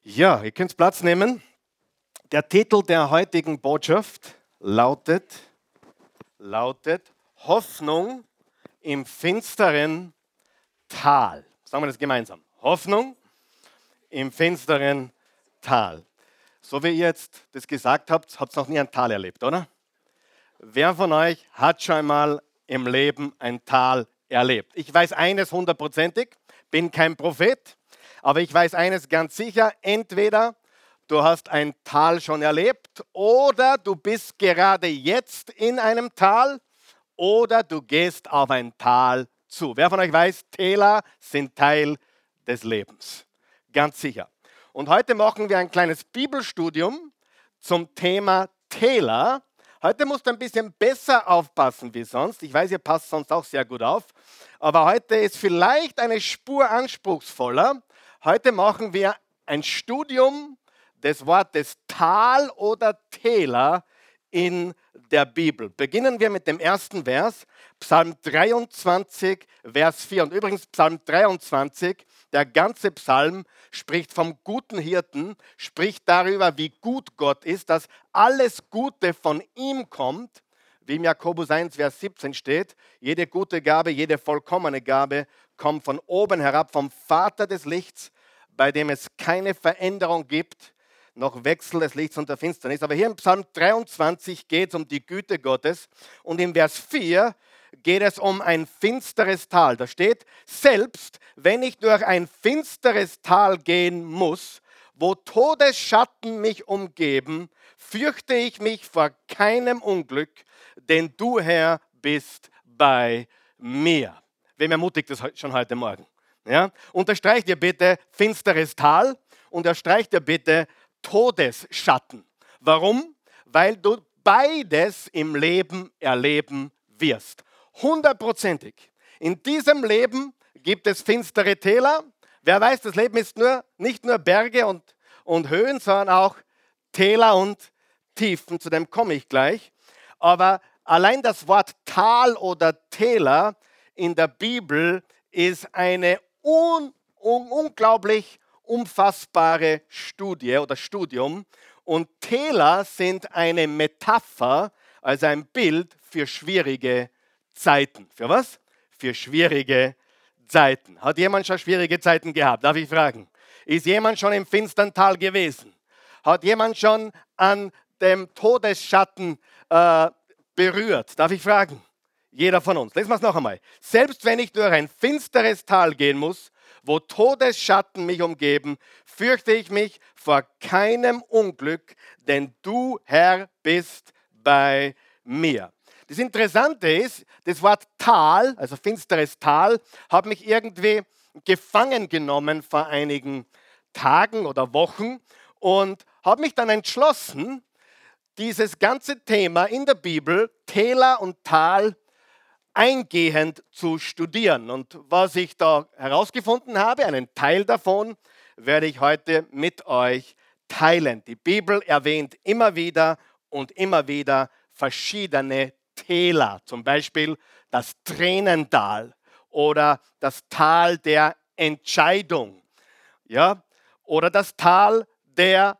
Ja, ihr könnt Platz nehmen. Der Titel der heutigen Botschaft lautet Hoffnung im finsteren Tal. Sagen wir das gemeinsam. Hoffnung im finsteren Tal. So wie ihr jetzt das gesagt habt, habt ihr noch nie ein Tal erlebt, oder? Wer von euch hat schon einmal im Leben ein Tal erlebt? Ich weiß eines hundertprozentig, bin kein Prophet, aber ich weiß eines ganz sicher, entweder du hast ein Tal schon erlebt oder du bist gerade jetzt in einem Tal oder du gehst auf ein Tal zu. Wer von euch weiß, Täler sind Teil des Lebens. Ganz sicher. Und heute machen wir ein kleines Bibelstudium zum Thema Täler. Heute musst du ein bisschen besser aufpassen wie sonst. Ich weiß, ihr passt sonst auch sehr gut auf. Aber heute ist vielleicht eine Spur anspruchsvoller. Heute machen wir ein Studium des Wortes Tal oder Täler in der Bibel. Beginnen wir mit dem ersten Vers, Psalm 23, Vers 4. Und übrigens Psalm 23, der ganze Psalm spricht vom guten Hirten, spricht darüber, wie gut Gott ist, dass alles Gute von ihm kommt, wie im Jakobus 1, Vers 17 steht. Jede gute Gabe, jede vollkommene Gabe kommt von oben herab, vom Vater des Lichts, bei dem es keine Veränderung gibt, noch Wechsel des Lichts und der Finsternis. Aber hier im Psalm 23 geht es um die Güte Gottes und im Vers 4 geht es um ein finsteres Tal. Da steht, selbst wenn ich durch ein finsteres Tal gehen muss, wo Todesschatten mich umgeben, fürchte ich mich vor keinem Unglück, denn du, Herr, bist bei mir. Wem ermutigt das schon heute Morgen? Ja? Unterstreicht ihr bitte finsteres Tal, unterstreicht ihr bitte Todesschatten. Warum? Weil du beides im Leben erleben wirst. Hundertprozentig. In diesem Leben gibt es finstere Täler. Wer weiß, das Leben ist nicht nur Berge und Höhen, sondern auch Täler und Tiefen. Zu dem komme ich gleich. Aber allein das Wort Tal oder Täler in der Bibel ist eine unglaublich umfassbare Studie oder Studium. Und Täler sind eine Metapher, also ein Bild für schwierige Zeiten. Für was? Für schwierige Zeiten. Hat jemand schon schwierige Zeiten gehabt? Darf ich fragen? Ist jemand schon im finstern Tal gewesen? Hat jemand schon an dem Todesschatten berührt? Darf ich fragen? Jeder von uns. Lesen wir es noch einmal. Selbst wenn ich durch ein finsteres Tal gehen muss, wo Todesschatten mich umgeben, fürchte ich mich vor keinem Unglück, denn du, Herr, bist bei mir. Das Interessante ist, das Wort Tal, also finsteres Tal, hat mich irgendwie gefangen genommen vor einigen Tagen oder Wochen und habe mich dann entschlossen, dieses ganze Thema in der Bibel, Täler und Tal, eingehend zu studieren. Und was ich da herausgefunden habe, einen Teil davon, werde ich heute mit euch teilen. Die Bibel erwähnt immer wieder verschiedene Täler, zum Beispiel das Tränental oder das Tal der Entscheidung, ja, oder das Tal der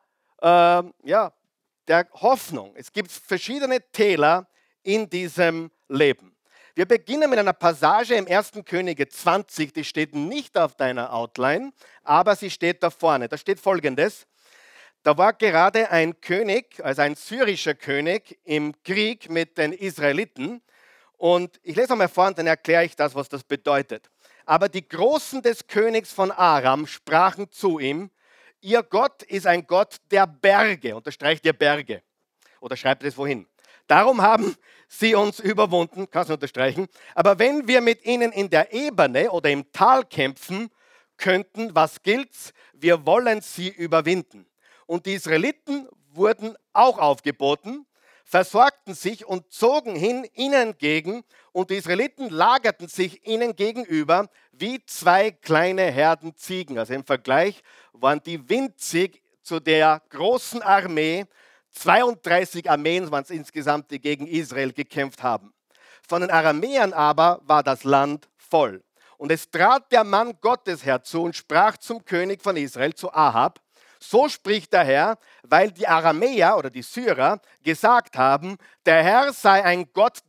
Hoffnung. Es gibt verschiedene Täler in diesem Leben. Wir beginnen mit einer Passage im 1. Könige 20, die steht nicht auf deiner Outline, aber sie steht da vorne. Da steht Folgendes: Da war gerade ein König, also ein syrischer König, im Krieg mit den Israeliten. Und ich lese einmal vor und dann erkläre ich das, was das bedeutet. Aber die Großen des Königs von Aram sprachen zu ihm: Ihr Gott ist ein Gott der Berge. Unterstreicht ihr Berge. Oder schreibt es wohin. Darum haben sie uns überwunden, kannst du unterstreichen. Aber wenn wir mit ihnen in der Ebene oder im Tal kämpfen könnten, was gilt's? Wir wollen sie überwinden. Und die Israeliten wurden auch aufgeboten, versorgten sich und zogen hin ihnen entgegen. Und die Israeliten lagerten sich ihnen gegenüber wie zwei kleine Herden Ziegen. Also im Vergleich waren die winzig zu der großen Armee. 32 Armeen waren es insgesamt, die gegen Israel gekämpft haben. Von den Aramäern aber war das Land voll. Und es trat der Mann Gottes herzu und sprach zum König von Israel, zu Ahab: So spricht der Herr, weil die Aramäer oder die Syrer gesagt haben, der Herr sei ein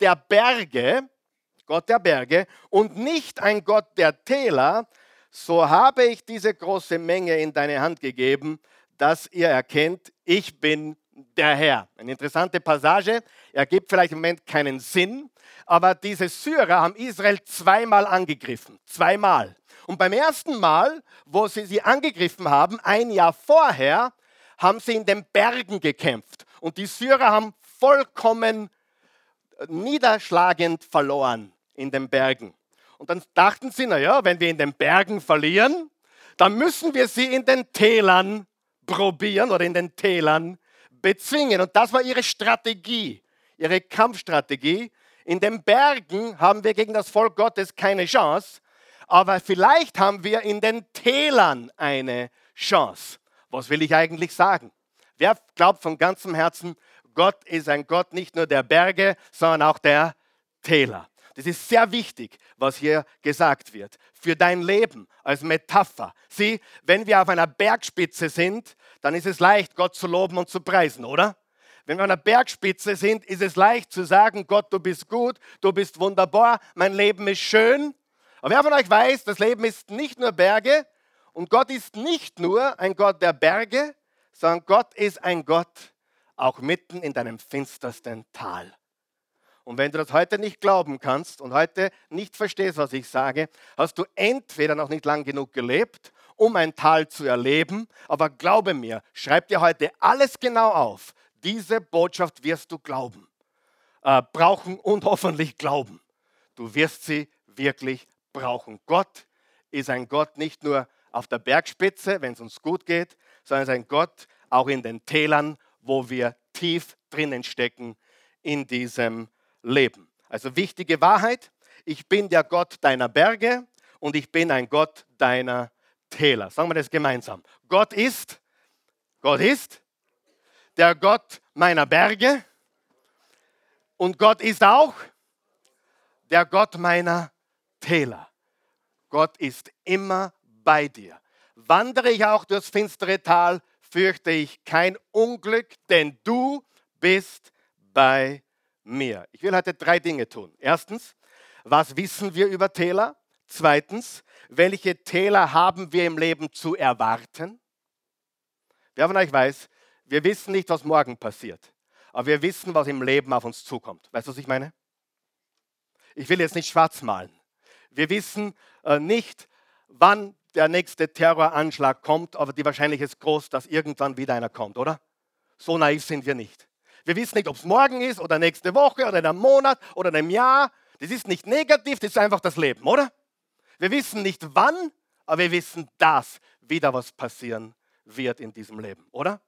Gott der Berge und nicht ein Gott der Täler, so habe ich diese große Menge in deine Hand gegeben, dass ihr erkennt, ich bin der Herr. Eine interessante Passage, ergibt vielleicht im Moment keinen Sinn, aber diese Syrer haben Israel zweimal angegriffen, zweimal. Und beim ersten Mal, wo sie angegriffen haben, ein Jahr vorher, haben sie in den Bergen gekämpft. Und die Syrer haben vollkommen niederschlagend verloren in den Bergen. Und dann dachten sie, naja, wenn wir in den Bergen verlieren, dann müssen wir sie in den Tälern probieren oder in den Tälern bezwingen. Und das war ihre Strategie, ihre Kampfstrategie. In den Bergen haben wir gegen das Volk Gottes keine Chance, aber vielleicht haben wir in den Tälern eine Chance. Was will ich eigentlich sagen? Wer glaubt von ganzem Herzen, Gott ist ein Gott nicht nur der Berge, sondern auch der Täler? Das ist sehr wichtig, was hier gesagt wird. Für dein Leben als Metapher. Sieh, wenn wir auf einer Bergspitze sind, dann ist es leicht, Gott zu loben und zu preisen, oder? Wenn wir an einer Bergspitze sind, ist es leicht zu sagen, Gott, du bist gut, du bist wunderbar, mein Leben ist schön. Aber wer von euch weiß, das Leben ist nicht nur Berge und Gott ist nicht nur ein Gott der Berge, sondern Gott ist ein Gott auch mitten in deinem finstersten Tal. Und wenn du das heute nicht glauben kannst und heute nicht verstehst, was ich sage, hast du entweder noch nicht lang genug gelebt, um ein Tal zu erleben, aber glaube mir, schreib dir heute alles genau auf. Diese Botschaft wirst du brauchen und hoffentlich glauben. Du wirst sie wirklich brauchen. Gott ist ein Gott nicht nur auf der Bergspitze, wenn es uns gut geht, sondern ist ein Gott auch in den Tälern, wo wir tief drinnen stecken in diesem Leben. Also wichtige Wahrheit, ich bin der Gott deiner Berge und ich bin ein Gott deiner Täler. Sagen wir das gemeinsam. Gott ist der Gott meiner Berge und Gott ist auch der Gott meiner Täler. Gott ist immer bei dir. Wandere ich auch durchs finstere Tal, fürchte ich kein Unglück, denn du bist bei mir. Ich will heute 3 Dinge tun. Erstens, was wissen wir über Täler? Zweitens, welche Täler haben wir im Leben zu erwarten? Wer von euch weiß, wir wissen nicht, was morgen passiert, aber wir wissen, was im Leben auf uns zukommt. Weißt du, was ich meine? Ich will jetzt nicht schwarz malen. Wir wissen nicht, wann der nächste Terroranschlag kommt, aber die Wahrscheinlichkeit ist groß, dass irgendwann wieder einer kommt, oder? So naiv sind wir nicht. Wir wissen nicht, ob es morgen ist oder nächste Woche oder in einem Monat oder in einem Jahr. Das ist nicht negativ, das ist einfach das Leben, oder? Wir wissen nicht wann, aber wir wissen, dass wieder was passieren wird in diesem Leben, oder?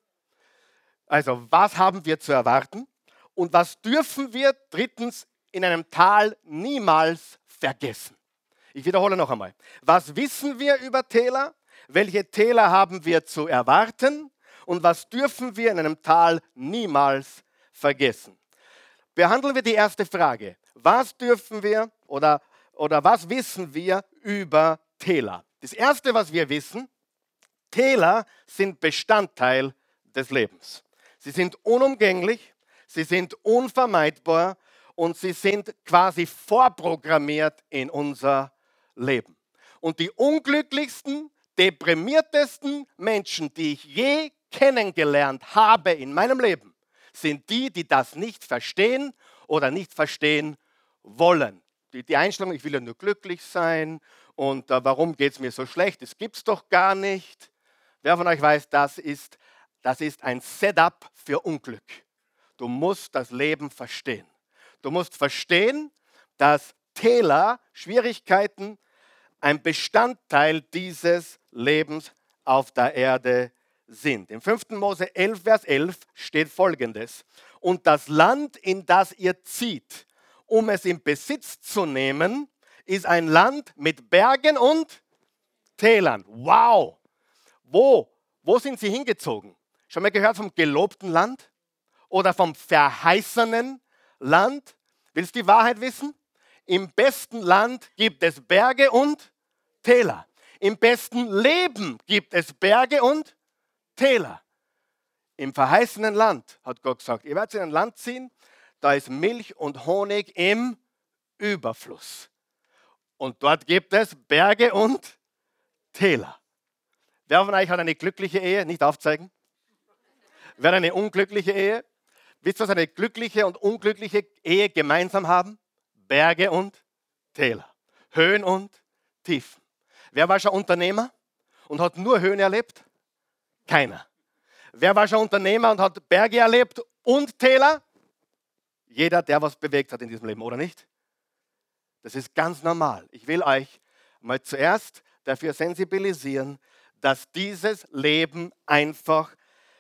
Also, was haben wir zu erwarten und was dürfen wir drittens in einem Tal niemals vergessen? Ich wiederhole noch einmal. Was wissen wir über Täler? Welche Täler haben wir zu erwarten? Und was dürfen wir in einem Tal niemals vergessen? Behandeln wir die erste Frage. Was dürfen wir oder was wissen wir über Täler? Das Erste, was wir wissen, Täler sind Bestandteil des Lebens. Sie sind unumgänglich, sie sind unvermeidbar und sie sind quasi vorprogrammiert in unser Leben. Und die unglücklichsten, deprimiertesten Menschen, die ich je kennengelernt habe in meinem Leben, sind die, die das nicht verstehen oder nicht verstehen wollen. Die Einstellung, ich will ja nur glücklich sein und warum geht es mir so schlecht, das gibt es doch gar nicht. Wer von euch weiß, das ist ein Setup für Unglück. Du musst das Leben verstehen. Du musst verstehen, dass Täler, Schwierigkeiten, ein Bestandteil dieses Lebens auf der Erde sind. Im 5. Mose 11, Vers 11 steht Folgendes. Und das Land, in das ihr zieht, um es in Besitz zu nehmen, ist ein Land mit Bergen und Tälern. Wow! Wo sind sie hingezogen? Schon mal gehört vom gelobten Land? Oder vom verheißenen Land? Willst du die Wahrheit wissen? Im besten Land gibt es Berge und Täler. Im besten Leben gibt es Berge und Täler. Im verheißenen Land, hat Gott gesagt, ihr werdet in ein Land ziehen, da ist Milch und Honig im Überfluss. Und dort gibt es Berge und Täler. Wer von euch hat eine glückliche Ehe? Nicht aufzeigen. Wer hat eine unglückliche Ehe? Wisst ihr, was eine glückliche und unglückliche Ehe gemeinsam haben? Berge und Täler. Höhen und Tiefen. Wer war schon Unternehmer und hat nur Höhen erlebt? Keiner. Wer war schon Unternehmer und hat Berge erlebt und Täler? Jeder, der was bewegt hat in diesem Leben, oder nicht? Das ist ganz normal. Ich will euch mal zuerst dafür sensibilisieren, dass dieses Leben einfach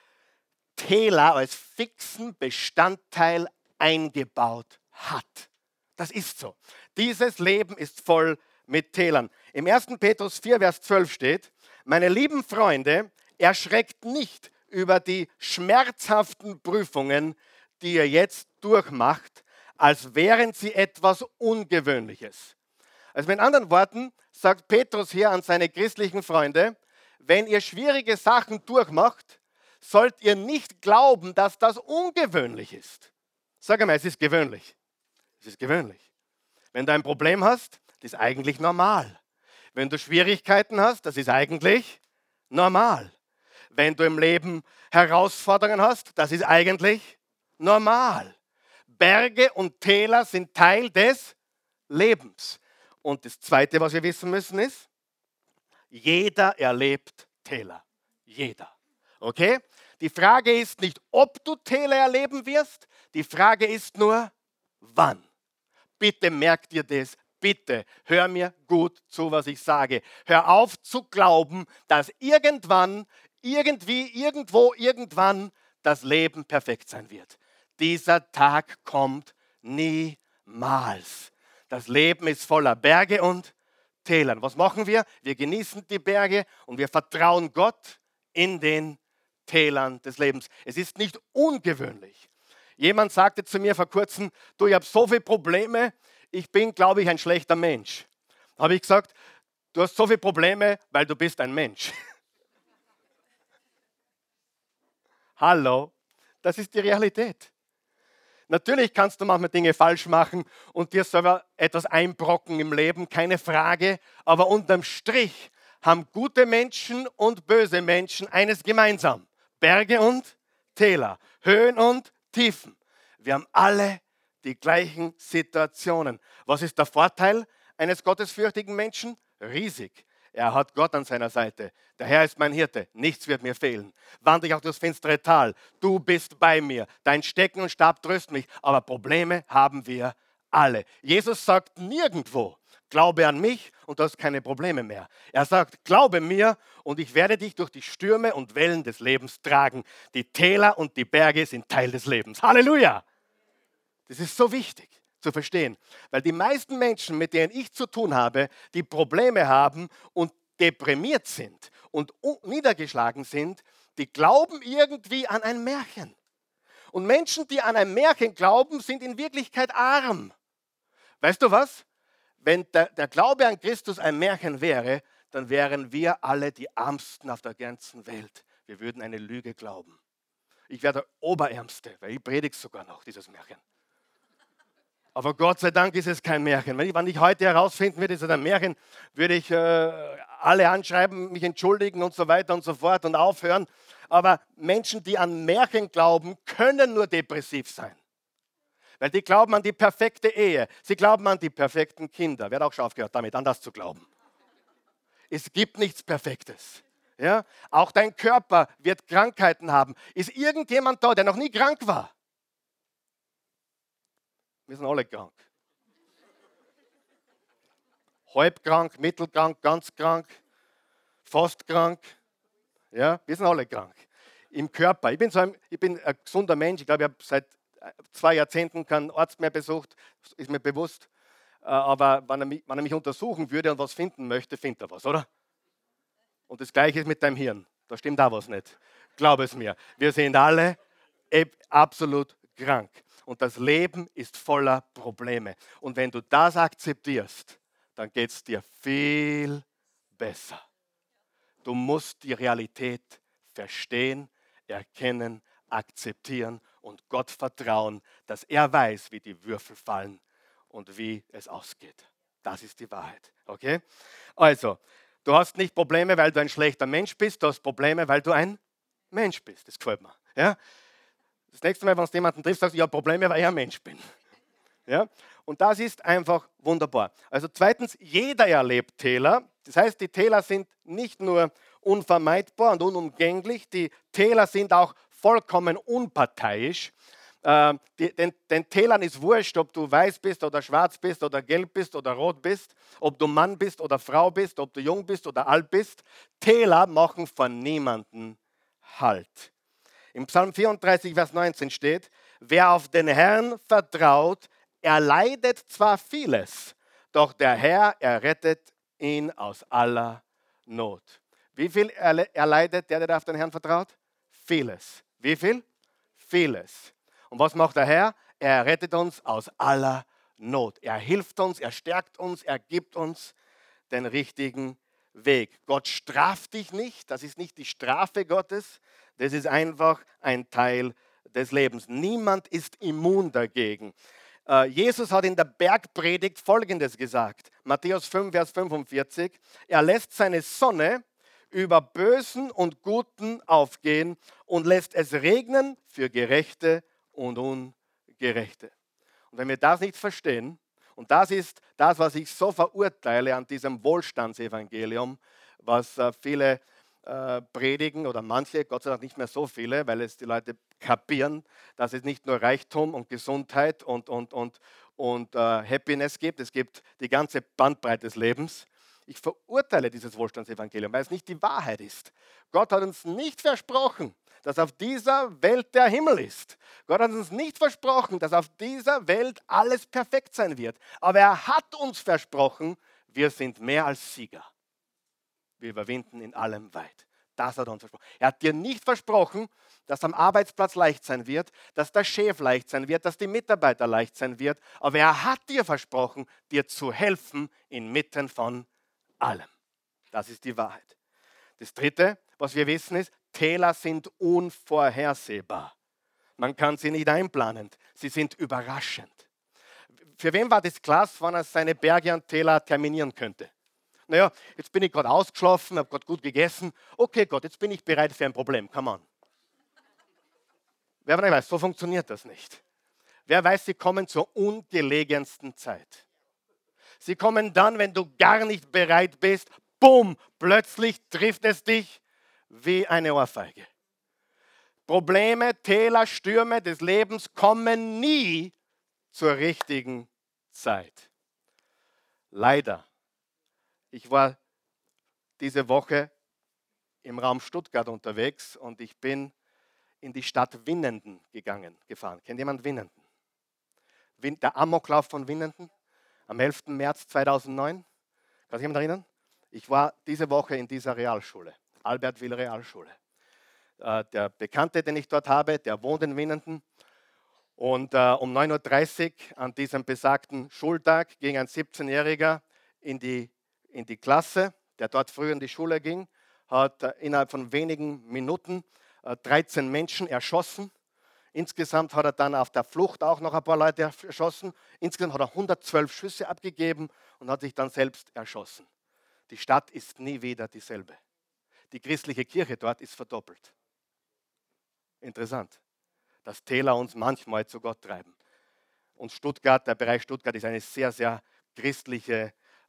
Täler als fixen Bestandteil eingebaut hat. Das ist so. Dieses Leben ist voll mit Tälern. Im 1. Petrus 4, Vers 12 steht, meine lieben Freunde, erschreckt nicht über die schmerzhaften Prüfungen, die ihr jetzt durchmacht, als wären sie etwas Ungewöhnliches. Also mit anderen Worten sagt Petrus hier an seine christlichen Freunde, wenn ihr schwierige Sachen durchmacht, sollt ihr nicht glauben, dass das ungewöhnlich ist. Sag einmal, es ist gewöhnlich. Es ist gewöhnlich. Wenn du ein Problem hast, das ist eigentlich normal. Wenn du Schwierigkeiten hast, das ist eigentlich normal. Wenn du im Leben Herausforderungen hast, das ist eigentlich normal. Berge und Täler sind Teil des Lebens. Und das Zweite, was wir wissen müssen, ist, jeder erlebt Täler. Jeder. Okay? Die Frage ist nicht, ob du Täler erleben wirst, die Frage ist nur, wann. Bitte merk dir das, bitte hör mir gut zu, was ich sage. Hör auf zu glauben, dass irgendwann, irgendwie, irgendwo, irgendwann das Leben perfekt sein wird. Dieser Tag kommt niemals. Das Leben ist voller Berge und Tälern. Was machen wir? Wir genießen die Berge und wir vertrauen Gott in den Tälern des Lebens. Es ist nicht ungewöhnlich. Jemand sagte zu mir vor kurzem, du, ich habe so viele Probleme, ich bin, glaube ich, ein schlechter Mensch. Da habe ich gesagt, du hast so viele Probleme, weil du bist ein Mensch. Hallo, das ist die Realität. Natürlich kannst du manchmal Dinge falsch machen und dir selber etwas einbrocken im Leben, keine Frage, aber unterm Strich haben gute Menschen und böse Menschen eines gemeinsam. Berge und Täler, Höhen und Tiefen. Wir haben alle die gleichen Situationen. Was ist der Vorteil eines gottesfürchtigen Menschen? Riesig. Er hat Gott an seiner Seite. Der Herr ist mein Hirte, nichts wird mir fehlen. Wandere ich auch durchs finstere Tal, du bist bei mir. Dein Stecken und Stab tröst mich, aber Probleme haben wir alle. Jesus sagt nirgendwo, glaube an mich und du hast keine Probleme mehr. Er sagt, glaube mir und ich werde dich durch die Stürme und Wellen des Lebens tragen. Die Täler und die Berge sind Teil des Lebens. Halleluja! Das ist so wichtig zu verstehen, weil die meisten Menschen, mit denen ich zu tun habe, die Probleme haben und deprimiert sind und niedergeschlagen sind, die glauben irgendwie an ein Märchen. Und Menschen, die an ein Märchen glauben, sind in Wirklichkeit arm. Weißt du was? Wenn der Glaube an Christus ein Märchen wäre, dann wären wir alle die Ärmsten auf der ganzen Welt. Wir würden eine Lüge glauben. Ich wäre der Oberärmste, weil ich predige sogar noch dieses Märchen. Aber Gott sei Dank ist es kein Märchen. Wenn ich heute herausfinden würde, es ist ein Märchen, würde ich alle anschreiben, mich entschuldigen und so weiter und so fort und aufhören. Aber Menschen, die an Märchen glauben, können nur depressiv sein. Weil die glauben an die perfekte Ehe. Sie glauben an die perfekten Kinder. Wer hat auch schon aufgehört damit, an das zu glauben? Es gibt nichts Perfektes. Ja? Auch dein Körper wird Krankheiten haben. Ist irgendjemand da, der noch nie krank war? Wir sind alle krank. Halbkrank, mittelkrank, ganz krank, fast krank. Ja, wir sind alle krank. Im Körper. Ich bin ein gesunder Mensch. Ich glaube, ich habe seit 2 Jahrzehnten keinen Arzt mehr besucht. Ist mir bewusst. Aber wenn er mich untersuchen würde und was finden möchte, findet er was, oder? Und das Gleiche ist mit deinem Hirn. Da stimmt auch was nicht. Glaub es mir. Wir sind alle absolut krank. Und das Leben ist voller Probleme. Und wenn du das akzeptierst, dann geht es dir viel besser. Du musst die Realität verstehen, erkennen, akzeptieren und Gott vertrauen, dass er weiß, wie die Würfel fallen und wie es ausgeht. Das ist die Wahrheit. Okay? Also, du hast nicht Probleme, weil du ein schlechter Mensch bist, du hast Probleme, weil du ein Mensch bist. Das gefällt mir. Ja? Das nächste Mal, wenn du jemanden triffst, sagst du, ich habe Probleme, weil ich ein Mensch bin. Ja? Und das ist einfach wunderbar. Also zweitens, jeder erlebt Täler. Das heißt, die Täler sind nicht nur unvermeidbar und unumgänglich, die Täler sind auch vollkommen unparteiisch. Den Tälern ist wurscht, ob du weiß bist oder schwarz bist oder gelb bist oder rot bist, ob du Mann bist oder Frau bist, ob du jung bist oder alt bist. Täler machen von niemandem Halt. Im Psalm 34, Vers 19 steht, wer auf den Herrn vertraut, erleidet zwar vieles, doch der Herr errettet ihn aus aller Not. Wie viel erleidet der auf den Herrn vertraut? Vieles. Wie viel? Vieles. Und was macht der Herr? Er rettet uns aus aller Not. Er hilft uns, er stärkt uns, er gibt uns den richtigen Weg. Gott straft dich nicht, das ist nicht die Strafe Gottes, das ist einfach ein Teil des Lebens. Niemand ist immun dagegen. Jesus hat in der Bergpredigt Folgendes gesagt, Matthäus 5, Vers 45, er lässt seine Sonne über Bösen und Guten aufgehen und lässt es regnen für Gerechte und Ungerechte. Und wenn wir das nicht verstehen, und das ist das, was ich so verurteile an diesem Wohlstandsevangelium, was viele predigen oder manche, Gott sei Dank nicht mehr so viele, weil es die Leute kapieren, dass es nicht nur Reichtum und Gesundheit und Happiness gibt, es gibt die ganze Bandbreite des Lebens. Ich verurteile dieses Wohlstandsevangelium, weil es nicht die Wahrheit ist. Gott hat uns nicht versprochen, dass auf dieser Welt der Himmel ist. Gott hat uns nicht versprochen, dass auf dieser Welt alles perfekt sein wird. Aber er hat uns versprochen, wir sind mehr als Sieger. Wir überwinden in allem weit. Das hat er uns versprochen. Er hat dir nicht versprochen, dass am Arbeitsplatz leicht sein wird, dass der Chef leicht sein wird, dass die Mitarbeiter leicht sein wird. Aber er hat dir versprochen, dir zu helfen inmitten von allem. Das ist die Wahrheit. Das Dritte, was wir wissen, ist, Täler sind unvorhersehbar. Man kann sie nicht einplanen. Sie sind überraschend. Für wen war das klar, wann er seine Berge und Täler terminieren könnte? Naja, jetzt bin ich gerade ausgeschlafen, habe gerade gut gegessen. Okay, Gott, jetzt bin ich bereit für ein Problem. Come on. Wer weiß, so funktioniert das nicht. Wer weiß, sie kommen zur ungelegensten Zeit. Sie kommen dann, wenn du gar nicht bereit bist. Bumm, plötzlich trifft es dich wie eine Ohrfeige. Probleme, Täler, Stürme des Lebens kommen nie zur richtigen Zeit. Leider. Ich war diese Woche im Raum Stuttgart unterwegs und ich bin in die Stadt Winnenden gefahren. Kennt jemand Winnenden? Der Amoklauf von Winnenden am 11. März 2009. Kann sich jemand erinnern? Ich war diese Woche in dieser Realschule, Albert-Wil Realschule. Der Bekannte, den ich dort habe, der wohnt in Winnenden. Und um 9:30 Uhr an diesem besagten Schultag ging ein 17-Jähriger in die Klasse, der dort früher in die Schule ging, hat innerhalb von wenigen Minuten 13 Menschen erschossen. Insgesamt hat er dann auf der Flucht auch noch ein paar Leute erschossen. Insgesamt hat er 112 Schüsse abgegeben und hat sich dann selbst erschossen. Die Stadt ist nie wieder dieselbe. Die christliche Kirche dort ist verdoppelt. Interessant, dass Täler uns manchmal zu Gott treiben. Und Stuttgart, der Bereich Stuttgart ist eine sehr, sehr christliche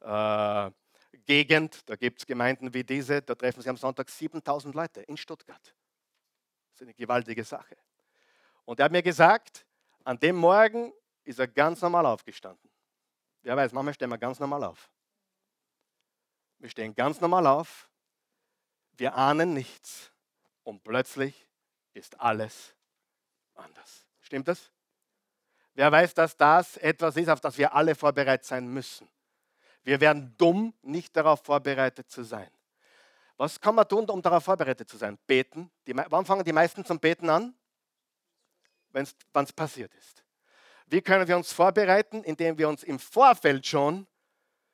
Gegend. Da gibt es Gemeinden wie diese, da treffen sich am Sonntag 7000 Leute in Stuttgart. Das ist eine gewaltige Sache. Und er hat mir gesagt, an dem Morgen ist er ganz normal aufgestanden. Wer weiß, manchmal stehen wir ganz normal auf. Wir stehen ganz normal auf, wir ahnen nichts und plötzlich ist alles anders. Stimmt das? Wer weiß, dass das etwas ist, auf das wir alle vorbereitet sein müssen. Wir werden dumm, nicht darauf vorbereitet zu sein. Was kann man tun, um darauf vorbereitet zu sein? Beten. Wann fangen die meisten zum Beten an? Wenn es passiert ist. Wie können wir uns vorbereiten? Indem wir uns im Vorfeld schon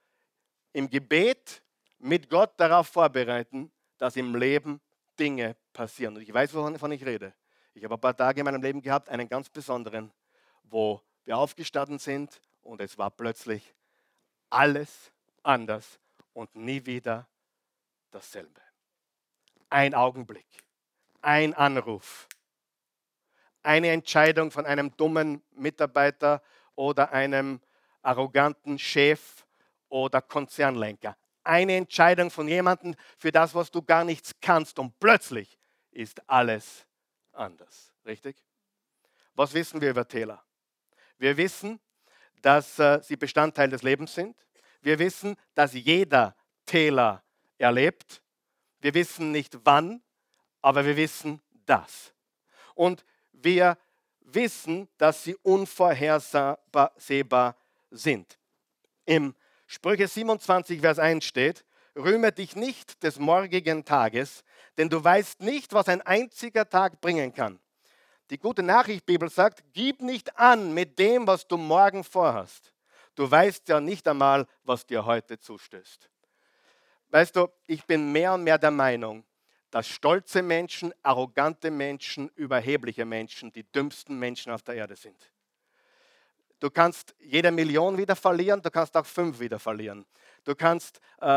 im Gebet mit Gott darauf vorbereiten, dass im Leben Dinge passieren. Und ich weiß, wovon ich rede. Ich habe ein paar Tage in meinem Leben gehabt, einen ganz besonderen, wo wir aufgestanden sind und es war plötzlich alles anders und nie wieder dasselbe. Ein Augenblick, ein Anruf, eine Entscheidung von einem dummen Mitarbeiter oder einem arroganten Chef oder Konzernlenker. Eine Entscheidung von jemandem für das, was du gar nichts kannst und plötzlich ist alles anders. Richtig? Was wissen wir über Täler? Wir wissen, dass sie Bestandteil des Lebens sind. Wir wissen, dass jeder Täler erlebt. Wir wissen nicht wann, aber wir wissen das. Und wir wissen, dass sie unvorhersehbar sind. Im Sprüche 27, Vers 1 steht: Rühme dich nicht des morgigen Tages, denn du weißt nicht, was ein einziger Tag bringen kann. Die gute Nachricht Bibel sagt: Gib nicht an mit dem, was du morgen vorhast. Du weißt ja nicht einmal, was dir heute zustößt. Weißt du, ich bin mehr und mehr der Meinung, dass stolze Menschen, arrogante Menschen, überhebliche Menschen die dümmsten Menschen auf der Erde sind. Du kannst jede Million wieder verlieren, du kannst auch 5 wieder verlieren. Du kannst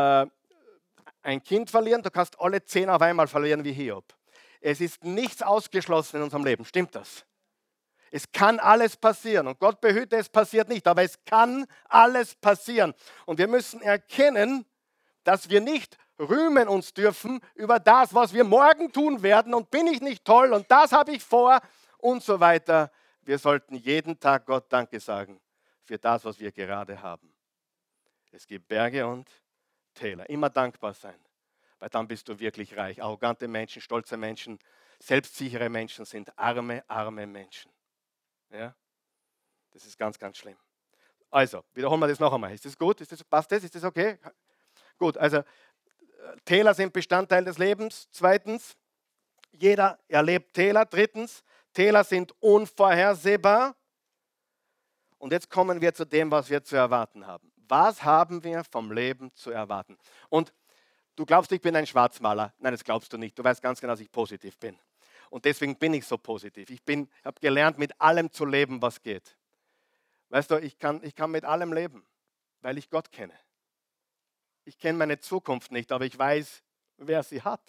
ein Kind verlieren, du kannst alle 10 auf einmal verlieren wie Hiob. Es ist nichts ausgeschlossen in unserem Leben, stimmt das? Es kann alles passieren und Gott behüte, es passiert nicht, aber es kann alles passieren. Und wir müssen erkennen, dass wir nicht rühmen uns dürfen über das, was wir morgen tun werden und bin ich nicht toll und das habe ich vor und so weiter. Wir sollten jeden Tag Gott Danke sagen für das, was wir gerade haben. Es gibt Berge und Täler. Immer dankbar sein, weil dann bist du wirklich reich. Arrogante Menschen, stolze Menschen, selbstsichere Menschen sind arme, arme Menschen. Ja? Das ist ganz, ganz schlimm. Also, wiederholen wir das noch einmal. Ist das gut? Passt das? Ist das okay? Gut, also Täler sind Bestandteil des Lebens. Zweitens, jeder erlebt Täler. Drittens, Täler sind unvorhersehbar. Und jetzt kommen wir zu dem, was wir zu erwarten haben. Was haben wir vom Leben zu erwarten? Und du glaubst, ich bin ein Schwarzmaler. Nein, das glaubst du nicht. Du weißt ganz genau, dass ich positiv bin. Und deswegen bin ich so positiv. Ich habe gelernt, mit allem zu leben, was geht. Weißt du, ich kann mit allem leben, weil ich Gott kenne. Ich kenne meine Zukunft nicht, aber ich weiß, wer sie hat.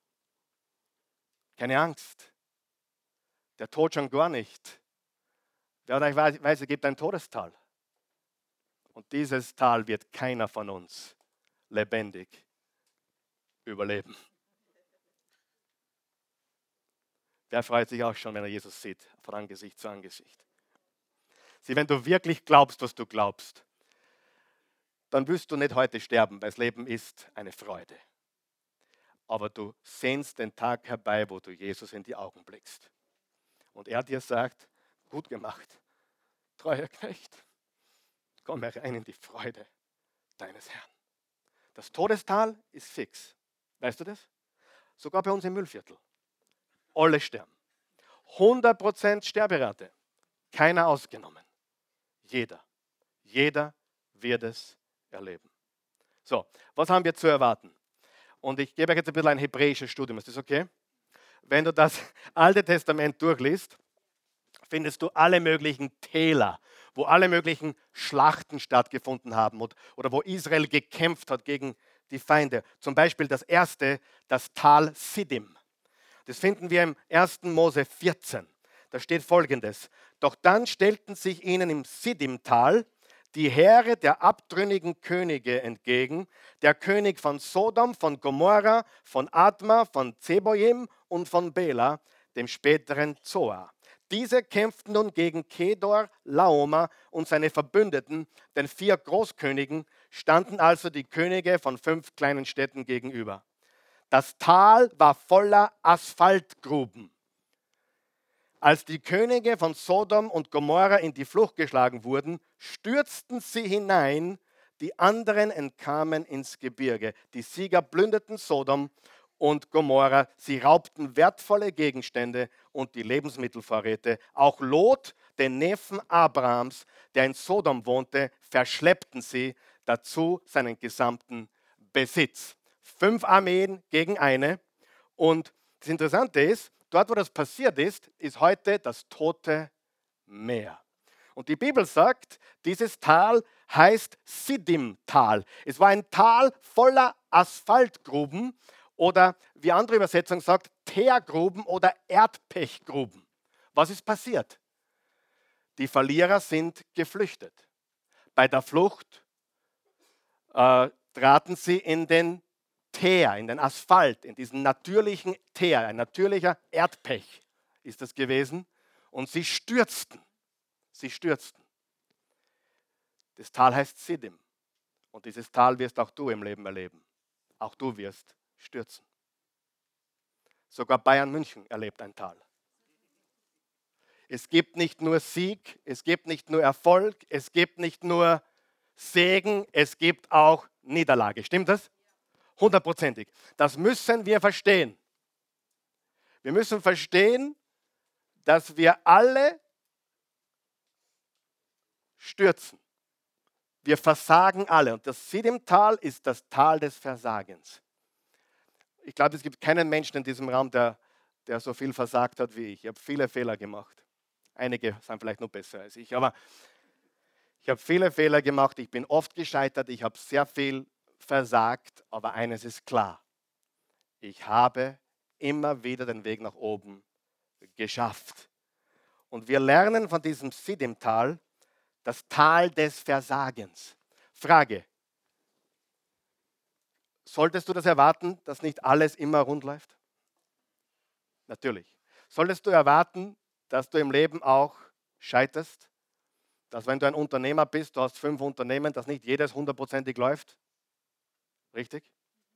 Keine Angst. Der Tod schon gar nicht. Wer euch weiß, es gibt ein Todestal. Und dieses Tal wird keiner von uns lebendig überleben. Wer freut sich auch schon, wenn er Jesus sieht, von Angesicht zu Angesicht. Sieh, wenn du wirklich glaubst, was du glaubst, dann wirst du nicht heute sterben, weil das Leben ist eine Freude. Aber du sehnst den Tag herbei, wo du Jesus in die Augen blickst. Und er dir sagt: Gut gemacht, treuer Knecht, komm herein in die Freude deines Herrn. Das Todestal ist fix. Weißt du das? Sogar bei uns im Müllviertel. Alle sterben. 100% Sterberate. Keiner ausgenommen. Jeder. Jeder wird es erleben. So, was haben wir zu erwarten? Und ich gebe euch jetzt ein bisschen ein hebräisches Studium. Ist das okay? Wenn du das Alte Testament durchliest, findest du alle möglichen Täler, wo alle möglichen Schlachten stattgefunden haben oder wo Israel gekämpft hat gegen die Feinde. Zum Beispiel das erste, das Tal Siddim. Das finden wir im 1. Mose 14. Da steht Folgendes: Doch dann stellten sich ihnen im Siddim-Tal die Heere der abtrünnigen Könige entgegen, der König von Sodom, von Gomorra, von Adma, von Zeboim und von Bela, dem späteren Zoar. Diese kämpften nun gegen Kedor, Laomer und seine Verbündeten, den 4 Großkönigen, standen also die Könige von 5 kleinen Städten gegenüber. Das Tal war voller Asphaltgruben. Als die Könige von Sodom und Gomorra in die Flucht geschlagen wurden, stürzten sie hinein, die anderen entkamen ins Gebirge. Die Sieger plünderten Sodom und Gomorra, sie raubten wertvolle Gegenstände und die Lebensmittelvorräte. Auch Lot, den Neffen Abrahams, der in Sodom wohnte, verschleppten sie, dazu seinen gesamten Besitz. 5 Armeen gegen eine und Das Interessante ist, dort, wo das passiert ist, ist heute das Tote Meer. Und die Bibel sagt, dieses Tal heißt Siddim-Tal. Es war ein Tal voller Asphaltgruben oder, wie andere Übersetzung sagt, Teergruben oder Erdpechgruben. Was ist passiert? Die Verlierer sind geflüchtet. Bei der Flucht traten sie in den Teer, in den Asphalt, in diesen natürlichen Teer, ein natürlicher Erdpech ist das gewesen. Und sie stürzten. Sie stürzten. Das Tal heißt Siddim. Und dieses Tal wirst auch du im Leben erleben. Auch du wirst stürzen. Sogar Bayern München erlebt ein Tal. Es gibt nicht nur Sieg, es gibt nicht nur Erfolg, es gibt nicht nur Segen, es gibt auch Niederlage. Stimmt das? 100%ig. Das müssen wir verstehen. Wir müssen verstehen, dass wir alle stürzen. Wir versagen alle. Und das Siddim-Tal ist das Tal des Versagens. Ich glaube, es gibt keinen Menschen in diesem Raum, der so viel versagt hat wie ich. Ich habe viele Fehler gemacht. Einige sind vielleicht noch besser als ich. Aber ich habe viele Fehler gemacht. Ich bin oft gescheitert. Ich habe sehr viel versagt. Aber eines ist klar. Ich habe immer wieder den Weg nach oben geschafft. Und wir lernen von diesem Siddim-Tal, das Tal des Versagens. Frage: Solltest du das erwarten, dass nicht alles immer rund läuft? Natürlich. Solltest du erwarten, dass du im Leben auch scheiterst? Dass wenn du ein Unternehmer bist, du hast 5 Unternehmen, dass nicht jedes 100%ig läuft? Richtig?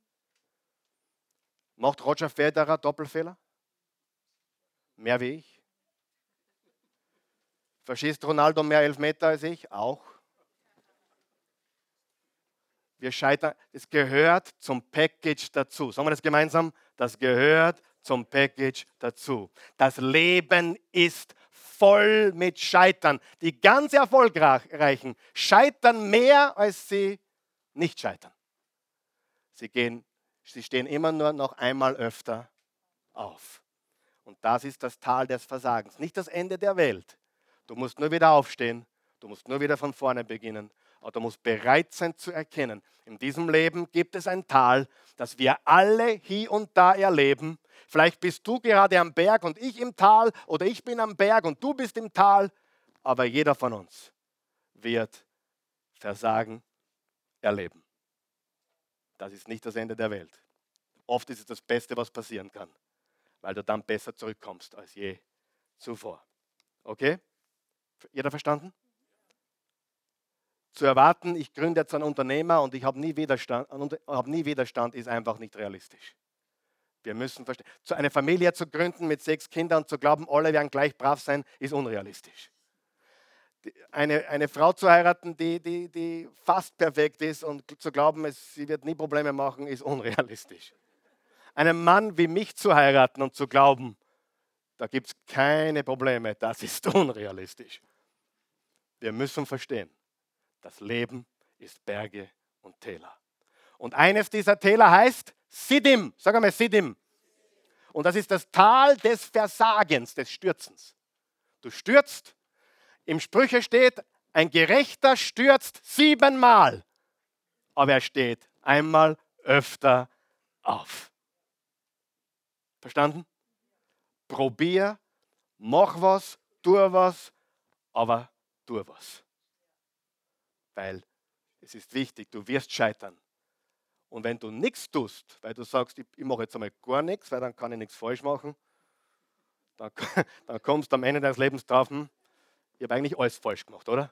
Macht Roger Federer Doppelfehler? Mehr wie ich? Verschießt Ronaldo mehr Elfmeter als ich? Auch. Wir scheitern. Es gehört zum Package dazu. Sagen wir das gemeinsam? Das gehört zum Package dazu. Das Leben ist voll mit Scheitern. Die ganz Erfolgreichen scheitern mehr, als sie nicht scheitern. Sie stehen immer nur noch einmal öfter auf. Und das ist das Tal des Versagens. Nicht das Ende der Welt. Du musst nur wieder aufstehen, du musst nur wieder von vorne beginnen, aber du musst bereit sein zu erkennen, in diesem Leben gibt es ein Tal, das wir alle hier und da erleben. Vielleicht bist du gerade am Berg und ich im Tal oder ich bin am Berg und du bist im Tal, aber jeder von uns wird Versagen erleben. Das ist nicht das Ende der Welt. Oft ist es das Beste, was passieren kann, weil du dann besser zurückkommst als je zuvor. Okay? Jeder verstanden? Zu erwarten, ich gründe jetzt einen Unternehmer und ich habe nie Widerstand, ist einfach nicht realistisch. Wir müssen verstehen, eine Familie zu gründen mit 6 Kindern und zu glauben, alle werden gleich brav sein, ist unrealistisch. Eine Frau zu heiraten, die fast perfekt ist und zu glauben, sie wird nie Probleme machen, ist unrealistisch. Einen Mann wie mich zu heiraten und zu glauben, da gibt es keine Probleme, das ist unrealistisch. Wir müssen verstehen, das Leben ist Berge und Täler. Und eines dieser Täler heißt Siddim. Sag einmal Siddim. Und das ist das Tal des Versagens, des Stürzens. Du stürzt, im Sprüche steht, ein Gerechter stürzt 7-mal, aber er steht einmal öfter auf. Verstanden? Probier, mach was, tu was, aber tu was. Weil es ist wichtig, du wirst scheitern. Und wenn du nichts tust, weil du sagst, ich mache jetzt einmal gar nichts, weil dann kann ich nichts falsch machen, dann kommst du am Ende deines Lebens drauf, ich habe eigentlich alles falsch gemacht, oder?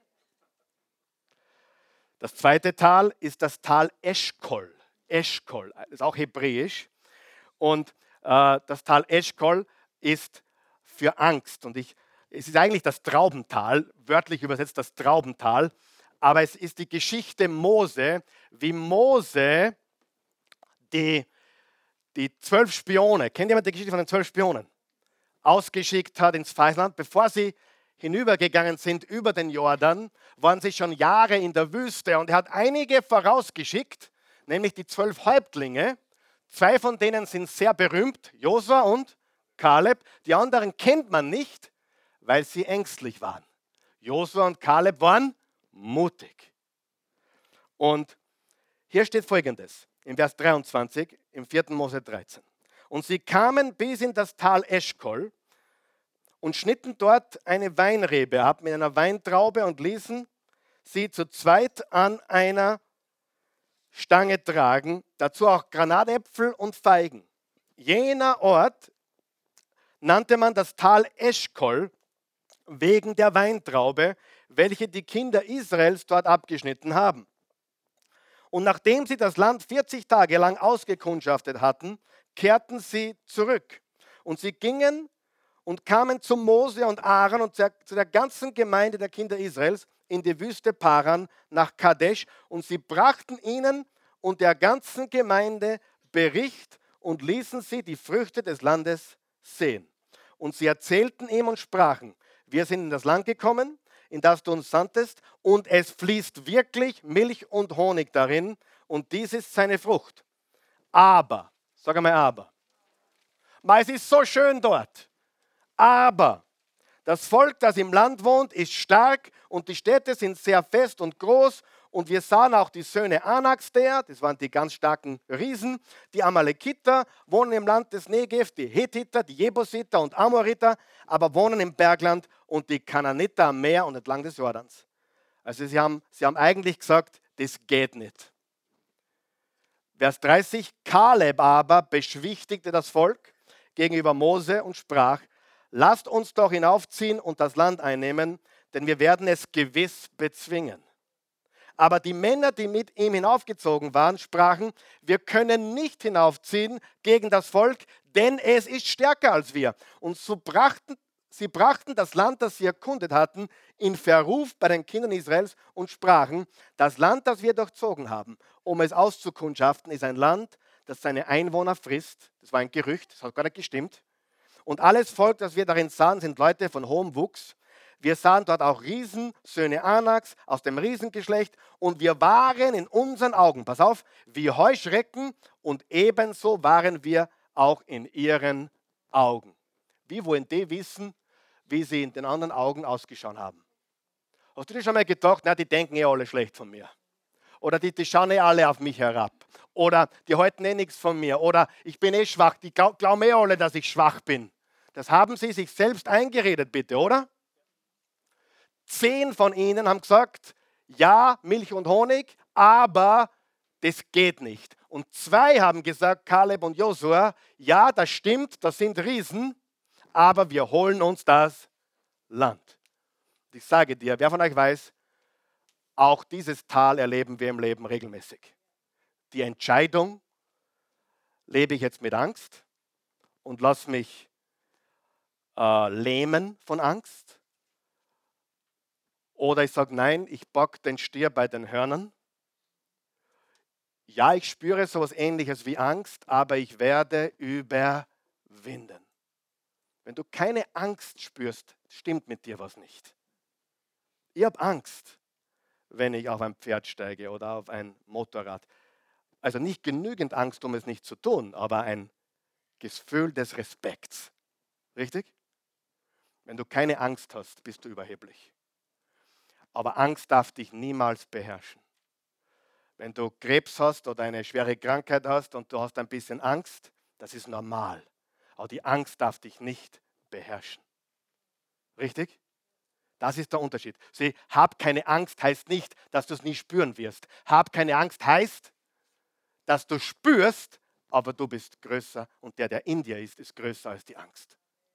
Das zweite Tal ist das Tal Eschkol. Eschkol, das ist auch hebräisch. Und das Tal Eschkol ist für Angst. Und es ist eigentlich das Traubental, wörtlich übersetzt das Traubental. Aber es ist die Geschichte Mose, wie Mose die 12 Spione, kennt jemand die Geschichte von den 12 Spionen, ausgeschickt hat ins Feindland. Bevor sie hinübergegangen sind über den Jordan, waren sie schon Jahre in der Wüste und er hat einige vorausgeschickt, nämlich die 12 Häuptlinge, 2 von denen sind sehr berühmt, Josua und Kaleb. Die anderen kennt man nicht, weil sie ängstlich waren. Josua und Kaleb waren mutig. Und hier steht Folgendes, im Vers 23, im 4. Mose 13. Und sie kamen bis in das Tal Eschkol und schnitten dort eine Weinrebe ab mit einer Weintraube und ließen sie zu zweit an einer Stange tragen, dazu auch Granatäpfel und Feigen. Jener Ort nannte man das Tal Eschkol wegen der Weintraube, welche die Kinder Israels dort abgeschnitten haben. Und nachdem sie das Land 40 Tage lang ausgekundschaftet hatten, kehrten sie zurück. Und sie gingen und kamen zu Mose und Aaron und zu der ganzen Gemeinde der Kinder Israels in die Wüste Paran nach Kadesh. Und sie brachten ihnen und der ganzen Gemeinde Bericht und ließen sie die Früchte des Landes sehen. Und sie erzählten ihm und sprachen, wir sind in das Land gekommen, in das du uns sandtest, und es fließt wirklich Milch und Honig darin, und dies ist seine Frucht. Aber, sag einmal aber, es ist so schön dort, aber das Volk, das im Land wohnt, ist stark und die Städte sind sehr fest und groß. Und wir sahen auch die Söhne Anaks der, das waren die ganz starken Riesen, die Amalekiter wohnen im Land des Negev, die Hethiter, die Jebusiter und Amoriter, aber wohnen im Bergland und die Kanaaniter am Meer und entlang des Jordans. Also sie haben eigentlich gesagt, das geht nicht. Vers 30, Kaleb aber beschwichtigte das Volk gegenüber Mose und sprach, lasst uns doch hinaufziehen und das Land einnehmen, denn wir werden es gewiss bezwingen. Aber die Männer, die mit ihm hinaufgezogen waren, sprachen, wir können nicht hinaufziehen gegen das Volk, denn es ist stärker als wir. Und so sie brachten das Land, das sie erkundet hatten, in Verruf bei den Kindern Israels und sprachen, das Land, das wir durchzogen haben, um es auszukundschaften, ist ein Land, das seine Einwohner frisst. Das war ein Gerücht, das hat gar nicht gestimmt. Und alles Volk, das wir darin sahen, sind Leute von hohem Wuchs. Wir sahen dort auch Riesen, Söhne Anaks aus dem Riesengeschlecht, und wir waren in unseren Augen, pass auf, wie Heuschrecken, und ebenso waren wir auch in ihren Augen. Wie wollen die wissen, wie sie in den anderen Augen ausgeschaut haben? Hast du dir schon mal gedacht, na, die denken eh alle schlecht von mir? Oder die schauen eh alle auf mich herab? Oder die halten eh nichts von mir? Oder ich bin eh schwach, die glauben eh alle, dass ich schwach bin? Das haben sie sich selbst eingeredet, bitte, oder? 10 von ihnen haben gesagt, ja, Milch und Honig, aber das geht nicht. Und 2 haben gesagt, Kaleb und Josua, ja, das stimmt, das sind Riesen, aber wir holen uns das Land. Ich sage dir, wer von euch weiß, auch dieses Tal erleben wir im Leben regelmäßig. Die Entscheidung, lebe ich jetzt mit Angst und lass mich lähmen von Angst? Oder ich sage, nein, ich packe den Stier bei den Hörnern. Ja, ich spüre sowas Ähnliches wie Angst, aber ich werde überwinden. Wenn du keine Angst spürst, stimmt mit dir was nicht. Ich habe Angst, wenn ich auf ein Pferd steige oder auf ein Motorrad. Also nicht genügend Angst, um es nicht zu tun, aber ein Gefühl des Respekts. Richtig? Wenn du keine Angst hast, bist du überheblich. Aber Angst darf dich niemals beherrschen. Wenn du Krebs hast oder eine schwere Krankheit hast und du hast ein bisschen Angst, das ist normal. Aber die Angst darf dich nicht beherrschen. Richtig? Das ist der Unterschied. Sieh, hab keine Angst heißt nicht, dass du es nie spüren wirst. Hab keine Angst heißt, dass du spürst, aber du bist größer und der in dir ist größer als die Angst.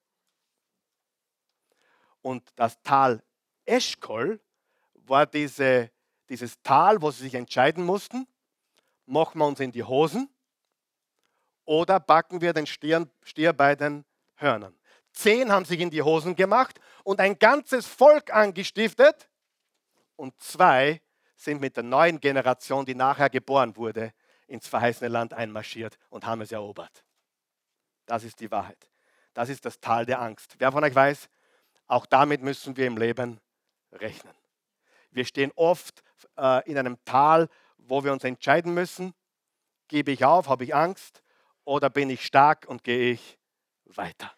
Und das Tal Eschkol war dieses Tal, wo sie sich entscheiden mussten, machen wir uns in die Hosen oder backen wir den Stier bei den Hörnern. 10 haben sich in die Hosen gemacht und ein ganzes Volk angestiftet und 2 sind mit der neuen Generation, die nachher geboren wurde, ins verheißene Land einmarschiert und haben es erobert. Das ist die Wahrheit. Das ist das Tal der Angst. Wer von euch weiß, auch damit müssen wir im Leben rechnen. Wir stehen oft in einem Tal, wo wir uns entscheiden müssen, gebe ich auf, habe ich Angst, oder bin ich stark und gehe ich weiter?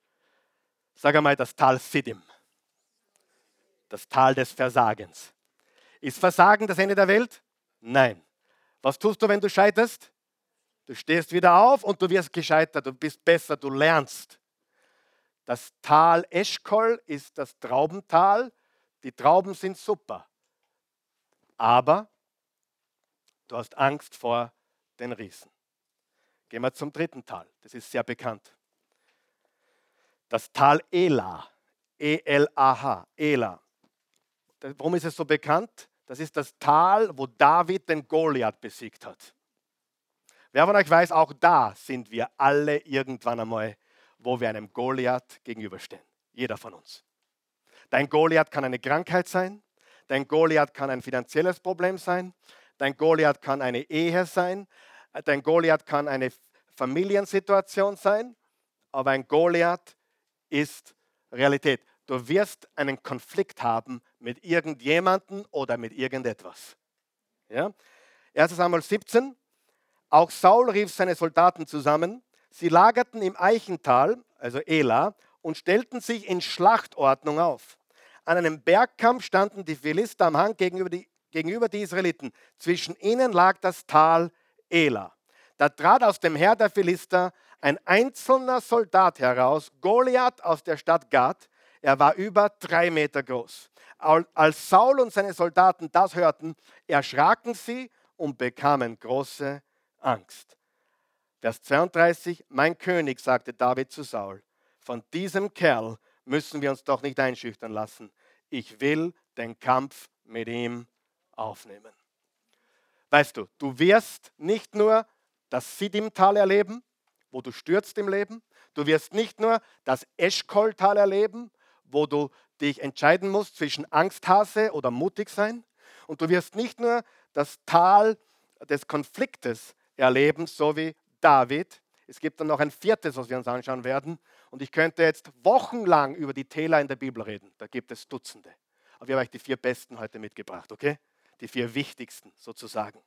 Sag einmal das Tal Siddim, das Tal des Versagens. Ist Versagen das Ende der Welt? Nein. Was tust du, wenn du scheiterst? Du stehst wieder auf und du wirst gescheitert, du bist besser, du lernst. Das Tal Eschkol ist das Traubental. Die Trauben sind super, aber du hast Angst vor den Riesen. Gehen wir zum dritten Tal, das ist sehr bekannt. Das Tal Elah, E-L-A-H, Elah. Warum ist es so bekannt? Das ist das Tal, wo David den Goliath besiegt hat. Wer von euch weiß, auch da sind wir alle irgendwann einmal, wo wir einem Goliath gegenüberstehen. Jeder von uns. Dein Goliath kann eine Krankheit sein, dein Goliath kann ein finanzielles Problem sein, dein Goliath kann eine Ehe sein, dein Goliath kann eine Familiensituation sein, aber ein Goliath ist Realität. Du wirst einen Konflikt haben mit irgendjemandem oder mit irgendetwas. Ja? 1. Samuel 17. Auch Saul rief seine Soldaten zusammen. Sie lagerten im Eichental, also Elah, und stellten sich in Schlachtordnung auf. An einem Bergkamm standen die Philister am Hang gegenüber die Israeliten. Zwischen ihnen lag das Tal Elah. Da trat aus dem Heer der Philister ein einzelner Soldat heraus, Goliath aus der Stadt Gath. Er war über 3 Meter groß. Als Saul und seine Soldaten das hörten, erschraken sie und bekamen große Angst. Vers 32, mein König, sagte David zu Saul, von diesem Kerl müssen wir uns doch nicht einschüchtern lassen. Ich will den Kampf mit ihm aufnehmen. Weißt du, du wirst nicht nur das Siddim-Tal erleben, wo du stürzt im Leben. Du wirst nicht nur das Eschkol-Tal erleben, wo du dich entscheiden musst zwischen Angsthase oder mutig sein. Und du wirst nicht nur das Tal des Konfliktes erleben, so wie David. Es gibt dann noch ein viertes, was wir uns anschauen werden. Und ich könnte jetzt wochenlang über die Täler in der Bibel reden. Da gibt es Dutzende. Aber ich habe euch die 4 besten heute mitgebracht, okay? Die 4 wichtigsten sozusagen.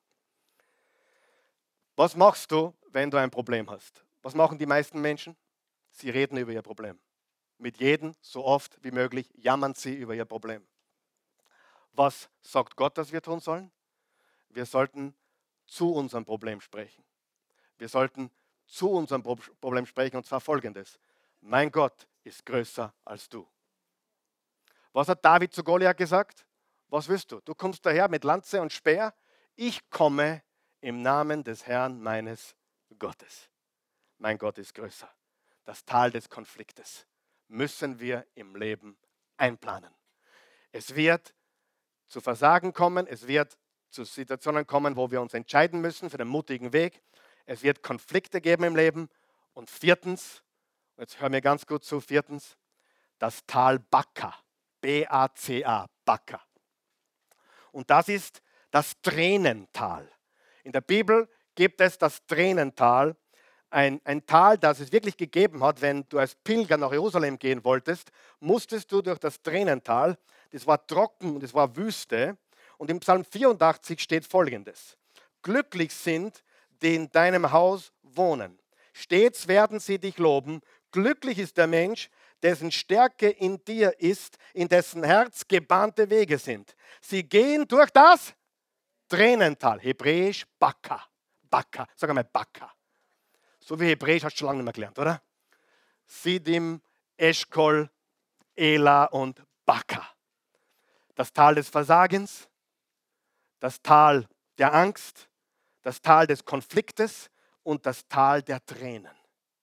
Was machst du, wenn du ein Problem hast? Was machen die meisten Menschen? Sie reden über ihr Problem. Mit jedem, so oft wie möglich, jammern sie über ihr Problem. Was sagt Gott, dass wir tun sollen? Wir sollten zu unserem Problem sprechen. Wir sollten zu unserem Problem sprechen, und zwar folgendes. Mein Gott ist größer als du. Was hat David zu Goliath gesagt? Was willst du? Du kommst daher mit Lanze und Speer. Ich komme im Namen des Herrn meines Gottes. Mein Gott ist größer. Das Tal des Konfliktes müssen wir im Leben einplanen. Es wird zu Versagen kommen, es wird zu Situationen kommen, wo wir uns entscheiden müssen für den mutigen Weg. Es wird Konflikte geben im Leben. Und viertens, jetzt hör mir ganz gut zu, viertens, das Tal Baka, B-A-C-A, Baka. Und das ist das Tränental. In der Bibel gibt es das Tränental, ein Tal, das es wirklich gegeben hat. Wenn du als Pilger nach Jerusalem gehen wolltest, musstest du durch das Tränental. Das war trocken und es war Wüste. Und im Psalm 84 steht Folgendes. Glücklich sind, die in deinem Haus wohnen. Stets werden sie dich loben. Glücklich ist der Mensch, dessen Stärke in dir ist, in dessen Herz gebahnte Wege sind. Sie gehen durch das Tränental, hebräisch Baka. Baka, sag einmal Baka. So wie hebräisch hast du schon lange nicht mehr gelernt, oder? Siddim, Eschkol, Elah und Baka. Das Tal des Versagens, das Tal der Angst, das Tal des Konfliktes und das Tal der Tränen.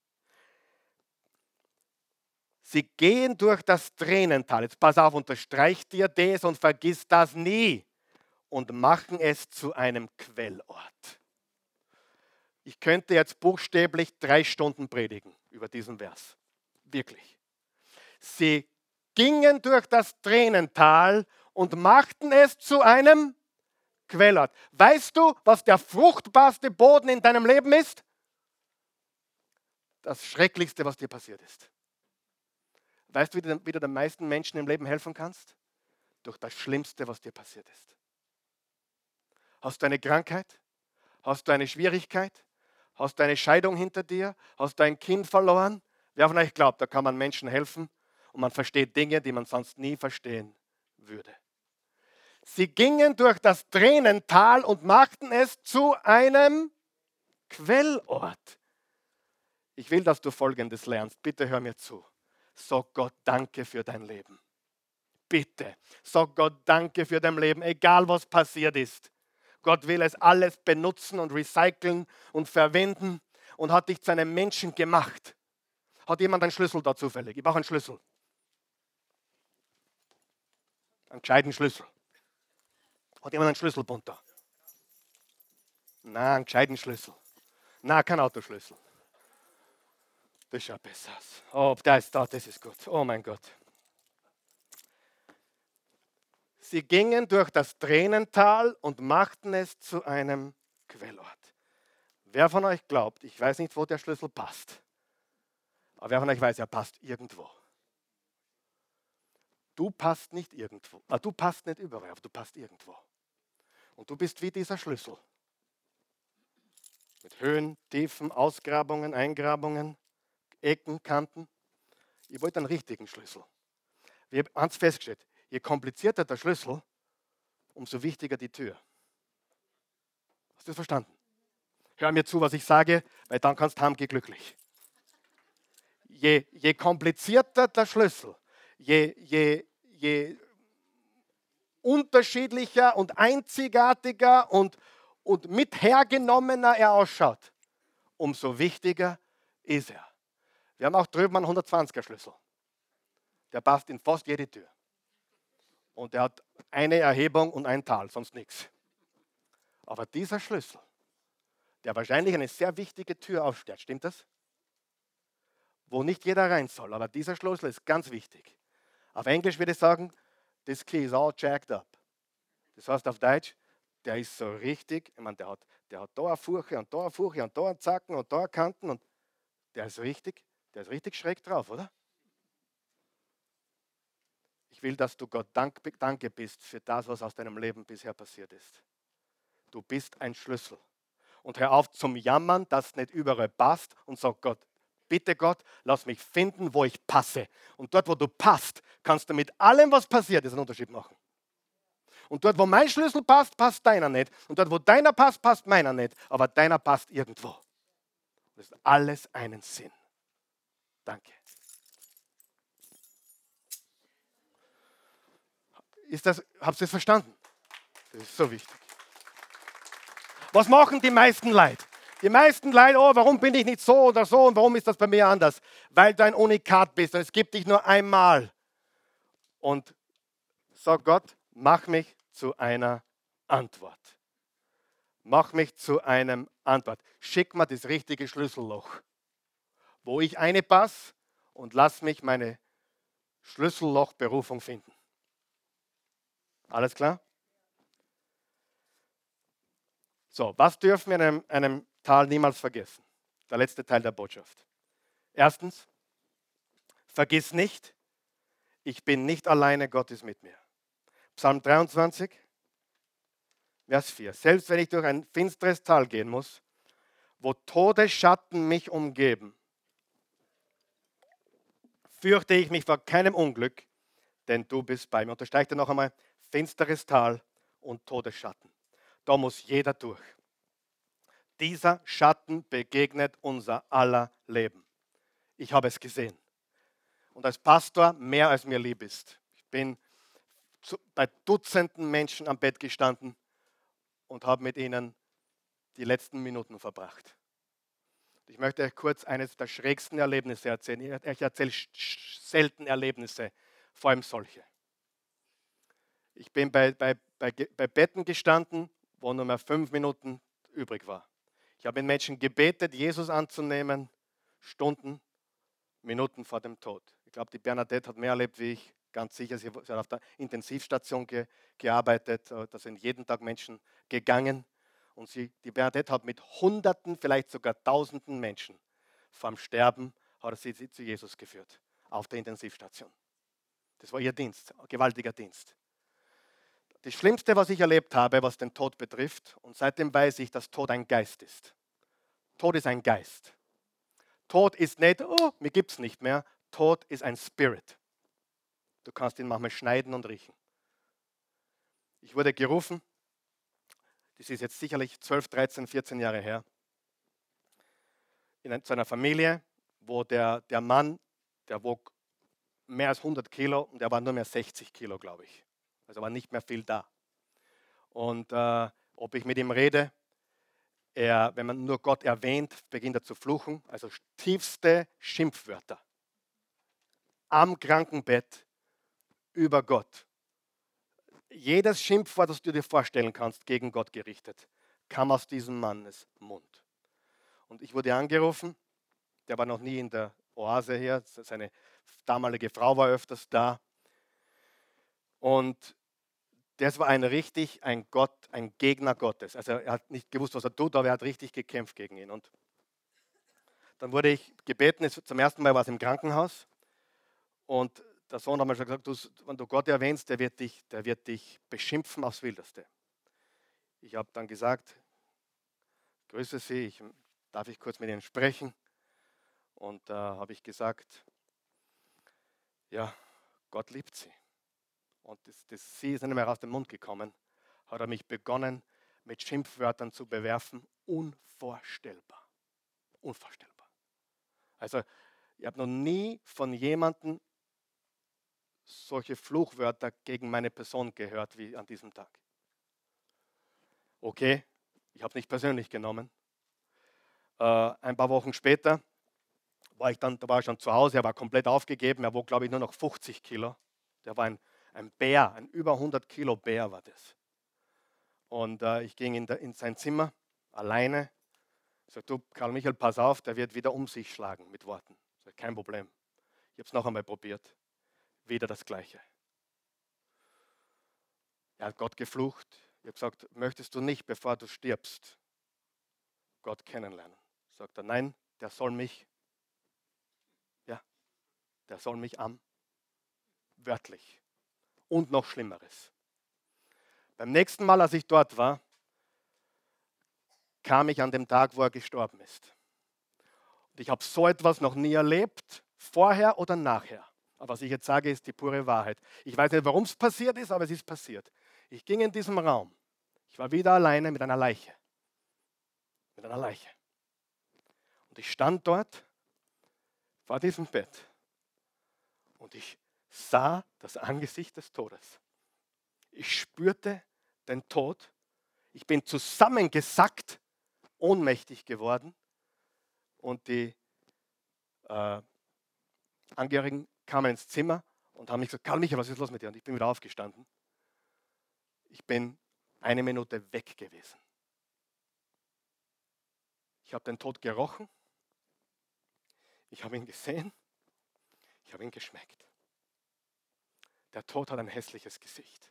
Sie gehen durch das Tränental. Jetzt pass auf, unterstreich dir das und vergiss das nie. Und machen es zu einem Quellort. Ich könnte jetzt buchstäblich 3 Stunden predigen über diesen Vers. Wirklich. Sie gingen durch das Tränental und machten es zu einem Quellort. Weißt du, was der fruchtbarste Boden in deinem Leben ist? Das Schrecklichste, was dir passiert ist. Weißt du, wie du den meisten Menschen im Leben helfen kannst? Durch das Schlimmste, was dir passiert ist. Hast du eine Krankheit? Hast du eine Schwierigkeit? Hast du eine Scheidung hinter dir? Hast du ein Kind verloren? Wer von euch glaubt, da kann man Menschen helfen und man versteht Dinge, die man sonst nie verstehen würde. Sie gingen durch das Tränental und machten es zu einem Quellort. Ich will, dass du Folgendes lernst. Bitte hör mir zu. Sag Gott Danke für dein Leben. Bitte. Sag Gott Danke für dein Leben, egal was passiert ist. Gott will es alles benutzen und recyceln und verwenden und hat dich zu einem Menschen gemacht. Hat jemand einen Schlüssel da zufällig? Ich brauche einen Schlüssel. Einen gescheiten Schlüssel. Hat jemand einen Schlüsselbund da? Nein, einen gescheiten Schlüssel. Nein, kein Autoschlüssel. Das schaut besser aus. Oh, der ist da, das ist gut. Oh mein Gott. Sie gingen durch das Tränental und machten es zu einem Quellort. Wer von euch glaubt, ich weiß nicht, wo der Schlüssel passt, aber wer von euch weiß, er passt irgendwo. Du passt nicht irgendwo. Du passt nicht überall, aber du passt irgendwo. Und du bist wie dieser Schlüssel. Mit Höhen, Tiefen, Ausgrabungen, Eingrabungen, Ecken, Kanten. Ich wollte einen richtigen Schlüssel. Wir haben eins festgestellt, je komplizierter der Schlüssel, umso wichtiger die Tür. Hast du das verstanden? Hör mir zu, was ich sage, weil dann kannst du heim, geh glücklich. Je komplizierter der Schlüssel, je unterschiedlicher und einzigartiger und mit hergenommener er ausschaut, umso wichtiger ist er. Wir haben auch drüben einen 120er Schlüssel. Der passt in fast jede Tür. Und der hat eine Erhebung und ein Tal, sonst nichts. Aber dieser Schlüssel, der wahrscheinlich eine sehr wichtige Tür aufsperrt, stimmt das? Wo nicht jeder rein soll, aber dieser Schlüssel ist ganz wichtig. Auf Englisch würde ich sagen, this key is all jacked up. Das heißt auf Deutsch, der ist so richtig, ich meine, der hat da eine Furche und da eine Furche und da einen Zacken und da eine Kanten und der ist richtig schräg drauf, oder? Ich will, dass du Gott danke bist für das, was aus deinem Leben bisher passiert ist. Du bist ein Schlüssel. Und hör auf zum Jammern, dass nicht überall passt und sag Gott, bitte Gott, lass mich finden, wo ich passe. Und dort, wo du passt, kannst du mit allem, was passiert ist, einen Unterschied machen. Und dort, wo mein Schlüssel passt, passt deiner nicht. Und dort, wo deiner passt, passt meiner nicht. Aber deiner passt irgendwo. Das ist alles einen Sinn. Danke. Habt ihr es verstanden? Das ist so wichtig. Was machen die meisten Leute? Die meisten Leute, oh, warum bin ich nicht so oder so und warum ist das bei mir anders? Weil du ein Unikat bist und es gibt dich nur einmal. Und sag Gott, mach mich zu einer Antwort. Mach mich zu einem Antwort. Schick mir das richtige Schlüsselloch, wo ich eine passe und lass mich meine Schlüssellochberufung finden. Alles klar? So, was dürfen wir in einem Tal niemals vergessen? Der letzte Teil der Botschaft. Erstens, vergiss nicht, ich bin nicht alleine, Gott ist mit mir. Psalm 23, Vers 4. Selbst wenn ich durch ein finsteres Tal gehen muss, wo Todesschatten mich umgeben, fürchte ich mich vor keinem Unglück, denn du bist bei mir. Unterstreicht er noch einmal, finsteres Tal und Todesschatten. Da muss jeder durch. Dieser Schatten begegnet unser aller Leben. Ich habe es gesehen. Und als Pastor mehr als mir lieb ist. Ich bin bei Dutzenden Menschen am Bett gestanden und habe mit ihnen die letzten Minuten verbracht. Ich möchte euch kurz eines der schrägsten Erlebnisse erzählen. Ich erzähle selten Erlebnisse, vor allem solche. Ich bin bei Betten gestanden, wo nur mehr 5 Minuten übrig war. Ich habe mit Menschen gebetet, Jesus anzunehmen, Stunden, Minuten vor dem Tod. Ich glaube, die Bernadette hat mehr erlebt wie ich, ganz sicher. Sie hat auf der Intensivstation gearbeitet, da sind jeden Tag Menschen gegangen. Und die Bernadette hat mit Hunderten, vielleicht sogar Tausenden Menschen vorm Sterben, hat sie zu Jesus geführt, auf der Intensivstation. Das war ihr Dienst, ein gewaltiger Dienst. Das Schlimmste, was ich erlebt habe, was den Tod betrifft, und seitdem weiß ich, dass Tod ein Geist ist. Tod ist ein Geist. Tod ist nicht, oh, mir gibt es nicht mehr. Tod ist ein Spirit. Du kannst ihn manchmal schneiden und riechen. Ich wurde gerufen, das ist jetzt sicherlich 12, 13, 14 Jahre her, zu einer Familie, wo der Mann, der wog mehr als 100 Kilo und der war nur mehr 60 Kilo, glaube ich. Also war nicht mehr viel da. Und ob ich mit ihm rede, wenn man nur Gott erwähnt, beginnt er zu fluchen. Also tiefste Schimpfwörter. Am Krankenbett über Gott. Jedes Schimpfwort, das du dir vorstellen kannst, gegen Gott gerichtet, kam aus diesem Mannes Mund. Und ich wurde angerufen, der war noch nie in der Oase hier, seine damalige Frau war öfters da. Und das war ein Gegner Gottes. Also er hat nicht gewusst, was er tut, aber er hat richtig gekämpft gegen ihn. Und dann wurde ich gebeten, zum ersten Mal war es im Krankenhaus. Und der Sohn hat mir schon gesagt, wenn du Gott erwähnst, der wird dich beschimpfen aufs Wildeste. Ich habe dann gesagt, grüße Sie, darf ich kurz mit Ihnen sprechen? Und da habe ich gesagt, ja, Gott liebt Sie. Und Sie ist nicht mehr aus dem Mund gekommen, hat er mich begonnen, mit Schimpfwörtern zu bewerfen. Unvorstellbar. Unvorstellbar. Also, ich habe noch nie von jemandem solche Fluchwörter gegen meine Person gehört wie an diesem Tag. Okay, ich habe es nicht persönlich genommen. Ein paar Wochen später da war ich schon zu Hause, er war komplett aufgegeben, er wog, glaube ich, nur noch 50 Kilo. Der war ein Bär, ein über 100 Kilo Bär war das. Und ich ging in sein Zimmer alleine. Ich sagte, du Karl Michael, pass auf, der wird wieder um sich schlagen mit Worten. Ich sagte, kein Problem. Ich habe es noch einmal probiert. Wieder das Gleiche. Er hat Gott geflucht. Ich habe gesagt, möchtest du nicht, bevor du stirbst, Gott kennenlernen? Sagt er, nein, der soll mich wörtlich. Und noch Schlimmeres. Beim nächsten Mal, als ich dort war, kam ich an dem Tag, wo er gestorben ist. Und ich habe so etwas noch nie erlebt, vorher oder nachher. Aber was ich jetzt sage, ist die pure Wahrheit. Ich weiß nicht, warum es passiert ist, aber es ist passiert. Ich ging in diesem Raum. Ich war wieder alleine mit einer Leiche. Mit einer Leiche. Und ich stand dort vor diesem Bett. Und ich sah das Angesicht des Todes. Ich spürte den Tod. Ich bin zusammengesackt, ohnmächtig geworden. Und die Angehörigen kamen ins Zimmer und haben mich gesagt, Karl Michael, was ist los mit dir? Und ich bin wieder aufgestanden. Ich bin 1 Minute weg gewesen. Ich habe den Tod gerochen. Ich habe ihn gesehen. Ich habe ihn geschmeckt. Der Tod hat ein hässliches Gesicht.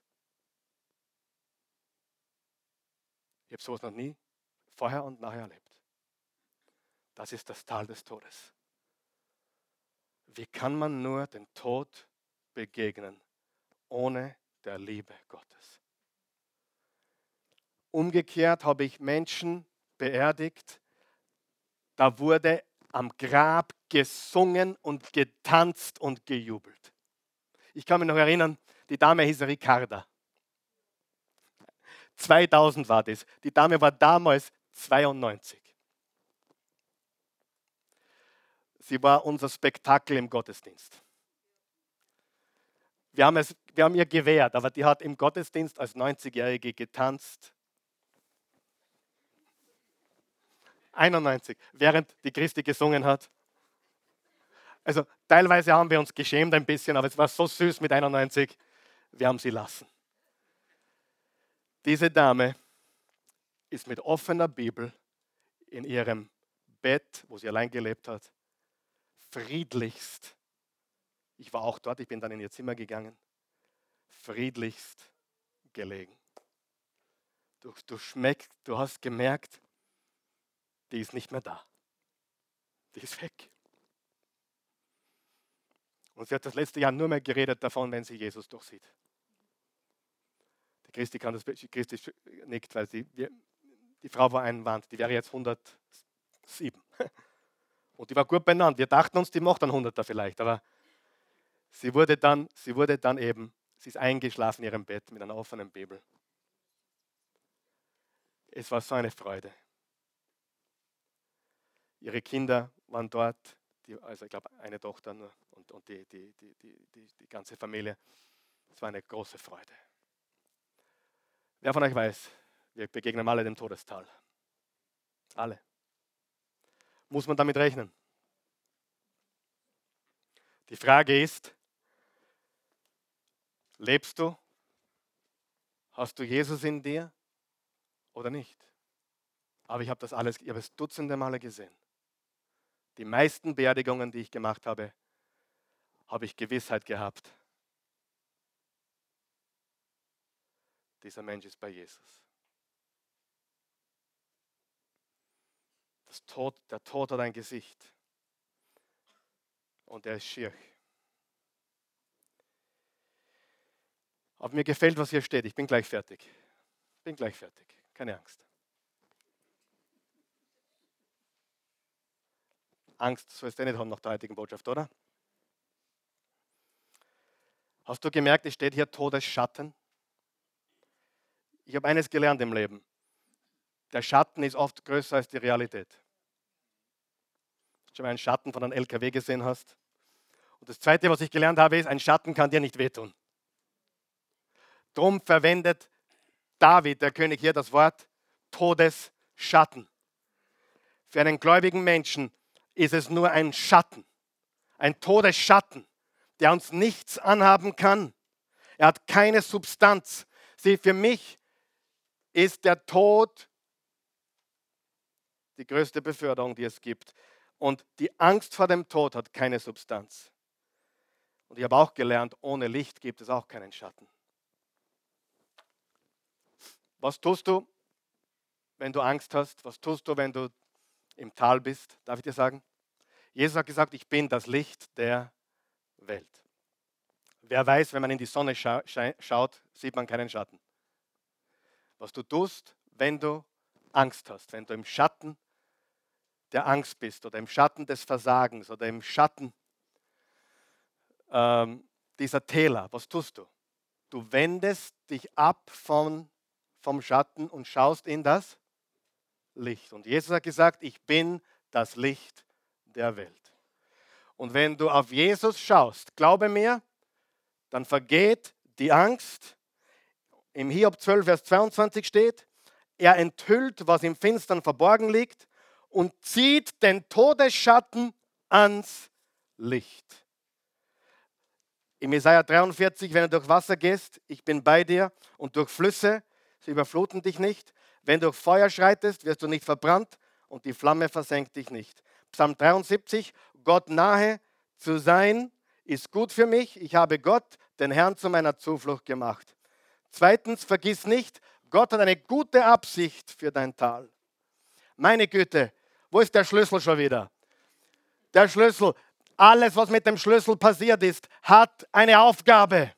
Ich habe sowas noch nie vorher und nachher erlebt. Das ist das Tal des Todes. Wie kann man nur den Tod begegnen, ohne der Liebe Gottes? Umgekehrt habe ich Menschen beerdigt, da wurde am Grab gesungen und getanzt und gejubelt. Ich kann mich noch erinnern, die Dame hieß Ricarda. 2000 war das. Die Dame war damals 92. Sie war unser Spektakel im Gottesdienst. Wir haben ihr gewährt, aber die hat im Gottesdienst als 90-Jährige getanzt. 91, während die Christi gesungen hat. Also teilweise haben wir uns geschämt ein bisschen, aber es war so süß mit 91. Wir haben sie lassen. Diese Dame ist mit offener Bibel in ihrem Bett, wo sie allein gelebt hat, friedlichst, ich war auch dort, ich bin dann in ihr Zimmer gegangen, friedlichst gelegen. Du hast gemerkt, die ist nicht mehr da. Die ist weg. Und sie hat das letzte Jahr nur mehr geredet davon, wenn sie Jesus durchsieht. Die Christi nickt, weil die Frau war ein Wand, die wäre jetzt 7. Und die war gut benannt. Wir dachten uns, die macht dann 100er vielleicht, aber sie ist eingeschlafen in ihrem Bett mit einer offenen Bibel. Es war so eine Freude. Ihre Kinder waren dort, also ich glaube eine Tochter nur und die ganze Familie. Es war eine große Freude. Wer von euch weiß, wir begegnen alle dem Todestal. Alle. Muss man damit rechnen? Die Frage ist, lebst du? Hast du Jesus in dir oder nicht? Aber ich habe es dutzende Male gesehen. Die meisten Beerdigungen, die ich gemacht habe, habe ich Gewissheit gehabt. Dieser Mensch ist bei Jesus. Der Tod hat ein Gesicht. Und er ist schier. Aber mir gefällt, was hier steht. Ich bin gleich fertig. Keine Angst. Angst sollst du nicht haben nach der heutigen Botschaft, oder? Hast du gemerkt, es steht hier Todesschatten? Ich habe eines gelernt im Leben. Der Schatten ist oft größer als die Realität. Schon mal einen Schatten von einem LKW gesehen hast? Und das Zweite, was ich gelernt habe, ist, ein Schatten kann dir nicht wehtun. Drum verwendet David, der König, hier das Wort Todesschatten. Für einen gläubigen Menschen ist es nur ein Schatten, ein Todesschatten, der uns nichts anhaben kann. Er hat keine Substanz. Sieh, für mich ist der Tod die größte Beförderung, die es gibt. Und die Angst vor dem Tod hat keine Substanz. Und ich habe auch gelernt, ohne Licht gibt es auch keinen Schatten. Was tust du, wenn du Angst hast? Was tust du, wenn du im Tal bist? Darf ich dir sagen? Jesus hat gesagt, ich bin das Licht der Welt. Wer weiß, wenn man in die Sonne schaut, sieht man keinen Schatten. Was du tust, wenn du Angst hast, wenn du im Schatten der Angst bist oder im Schatten des Versagens oder im Schatten dieser Täler, was tust du? Du wendest dich ab vom Schatten und schaust in das Licht. Und Jesus hat gesagt, ich bin das Licht der Welt. Und wenn du auf Jesus schaust, glaube mir, dann vergeht die Angst. Im Hiob 12, Vers 22 steht, er enthüllt, was im Finstern verborgen liegt und zieht den Todesschatten ans Licht. Im Jesaja 43, wenn du durch Wasser gehst, ich bin bei dir, und durch Flüsse, sie überfluten dich nicht. Wenn du durch Feuer schreitest, wirst du nicht verbrannt und die Flamme versenkt dich nicht. Psalm 73, Gott nahe zu sein, ist gut für mich. Ich habe Gott, den Herrn, zu meiner Zuflucht gemacht. Zweitens, vergiss nicht, Gott hat eine gute Absicht für dein Tal. Meine Güte, wo ist der Schlüssel schon wieder? Der Schlüssel, alles, was mit dem Schlüssel passiert ist, hat eine Aufgabe.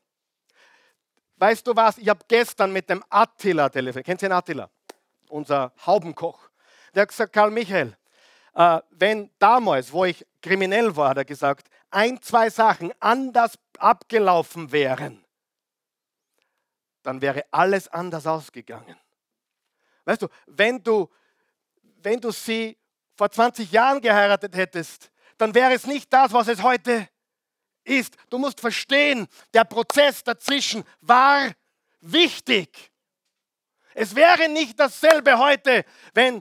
Weißt du was? Ich habe gestern mit dem Attila telefoniert. Kennt ihr den Attila? Unser Haubenkoch. Der hat gesagt, Karl Michael, wenn damals, wo ich kriminell war, hat er gesagt, 1, 2 Sachen anders abgelaufen wären, dann wäre alles anders ausgegangen. Weißt du, wenn du sie vor 20 Jahren geheiratet hättest, dann wäre es nicht das, was es heute ist. Du musst verstehen, der Prozess dazwischen war wichtig. Es wäre nicht dasselbe heute, wenn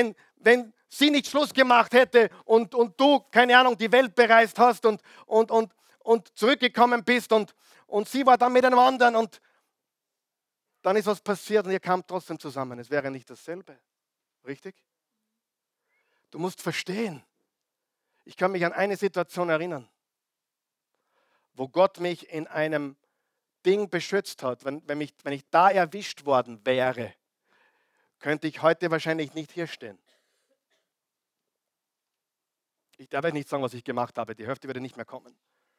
sie nicht Schluss gemacht hätte und du, keine Ahnung, die Welt bereist hast und zurückgekommen bist und sie war dann mit einem anderen und dann ist was passiert und ihr kamt trotzdem zusammen. Es wäre nicht dasselbe. Richtig? Du musst verstehen. Ich kann mich an eine Situation erinnern, wo Gott mich in einem Ding beschützt hat. Wenn ich da erwischt worden wäre, könnte ich heute wahrscheinlich nicht hier stehen. Ich darf nicht sagen, was ich gemacht habe. Die Hälfte würde nicht mehr kommen.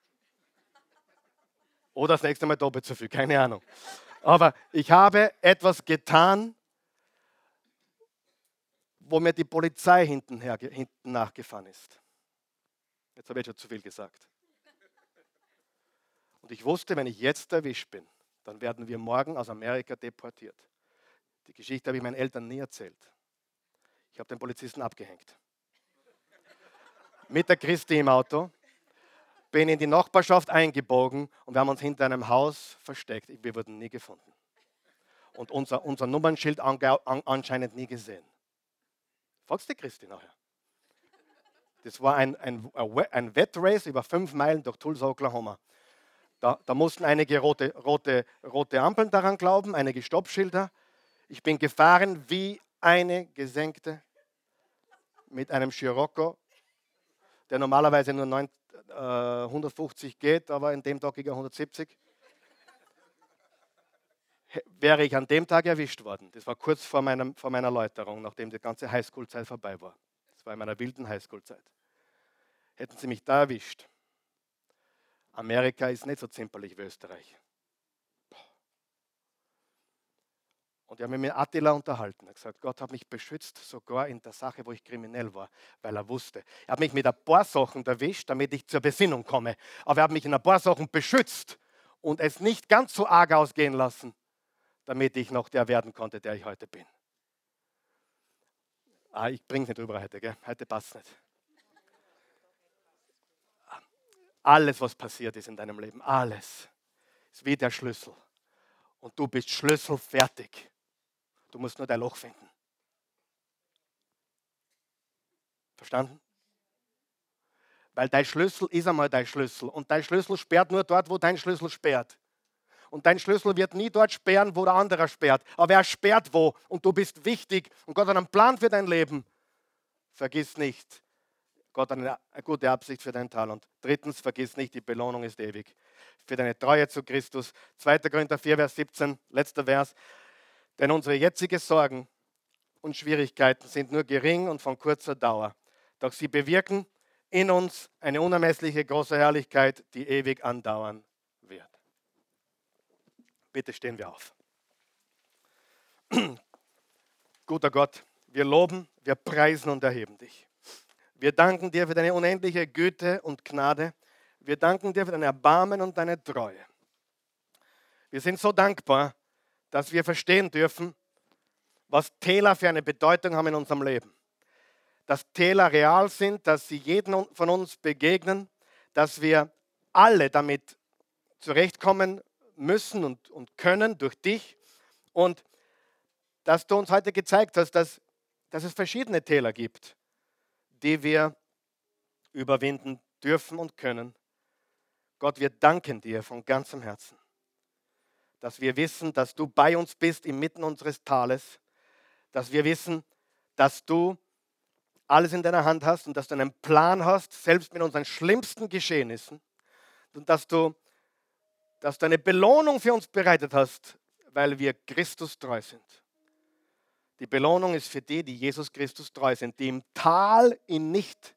Oder das nächste Mal doppelt so viel, keine Ahnung. Aber ich habe etwas getan, wo mir die Polizei hinten nachgefahren ist. Jetzt habe ich schon zu viel gesagt. Und ich wusste, wenn ich jetzt erwischt bin, dann werden wir morgen aus Amerika deportiert. Die Geschichte habe ich meinen Eltern nie erzählt. Ich habe den Polizisten abgehängt. Mit der Christi im Auto, bin in die Nachbarschaft eingebogen und wir haben uns hinter einem Haus versteckt. Wir wurden nie gefunden. Und unser Nummernschild anscheinend nie gesehen. Fragst du die Christi nachher? Das war ein Wettrace über 5 Meilen durch Tulsa, Oklahoma. Da mussten einige rote Ampeln daran glauben, einige Stoppschilder. Ich bin gefahren wie eine Gesenkte mit einem Scirocco, der normalerweise nur 150 geht, aber in dem Tag ging er 170. Wäre ich an dem Tag erwischt worden. Das war kurz vor meiner Läuterung, nachdem die ganze Highschool-Zeit vorbei war. Das war in meiner wilden Highschool-Zeit. Hätten sie mich da erwischt. Amerika ist nicht so zimperlich wie Österreich. Und ich habe mich mit Attila unterhalten. Er hat gesagt, Gott hat mich beschützt, sogar in der Sache, wo ich kriminell war, weil er wusste. Er hat mich mit ein paar Sachen erwischt, damit ich zur Besinnung komme. Aber er hat mich in ein paar Sachen beschützt und es nicht ganz so arg ausgehen lassen, damit ich noch der werden konnte, der ich heute bin. Ich bringe es nicht rüber heute, gell? Heute passt es nicht. Alles, was passiert ist in deinem Leben, alles, ist wie der Schlüssel. Und du bist schlüsselfertig. Du musst nur dein Loch finden. Verstanden? Weil dein Schlüssel ist einmal dein Schlüssel. Und dein Schlüssel sperrt nur dort, wo dein Schlüssel sperrt. Und dein Schlüssel wird nie dort sperren, wo der andere sperrt. Aber er sperrt wo. Und du bist wichtig. Und Gott hat einen Plan für dein Leben. Vergiss nicht, Gott hat eine gute Absicht für dein Talent. Drittens, vergiss nicht, die Belohnung ist ewig. Für deine Treue zu Christus. 2. Korinther 4, Vers 17, letzter Vers. Denn unsere jetzigen Sorgen und Schwierigkeiten sind nur gering und von kurzer Dauer. Doch sie bewirken in uns eine unermessliche große Herrlichkeit, die ewig andauern wird. Bitte stehen wir auf. Guter Gott, wir loben, wir preisen und erheben dich. Wir danken dir für deine unendliche Güte und Gnade. Wir danken dir für dein Erbarmen und deine Treue. Wir sind so dankbar, dass wir verstehen dürfen, was Täler für eine Bedeutung haben in unserem Leben. Dass Täler real sind, dass sie jedem von uns begegnen, dass wir alle damit zurechtkommen müssen und können durch dich. Und dass du uns heute gezeigt hast, dass es verschiedene Täler gibt, die wir überwinden dürfen und können. Gott, wir danken dir von ganzem Herzen, dass wir wissen, dass du bei uns bist inmitten unseres Tales, dass wir wissen, dass du alles in deiner Hand hast und dass du einen Plan hast, selbst mit unseren schlimmsten Geschehnissen und dass du eine Belohnung für uns bereitet hast, weil wir Christus treu sind. Die Belohnung ist für die Jesus Christus treu sind, die im Tal ihm nicht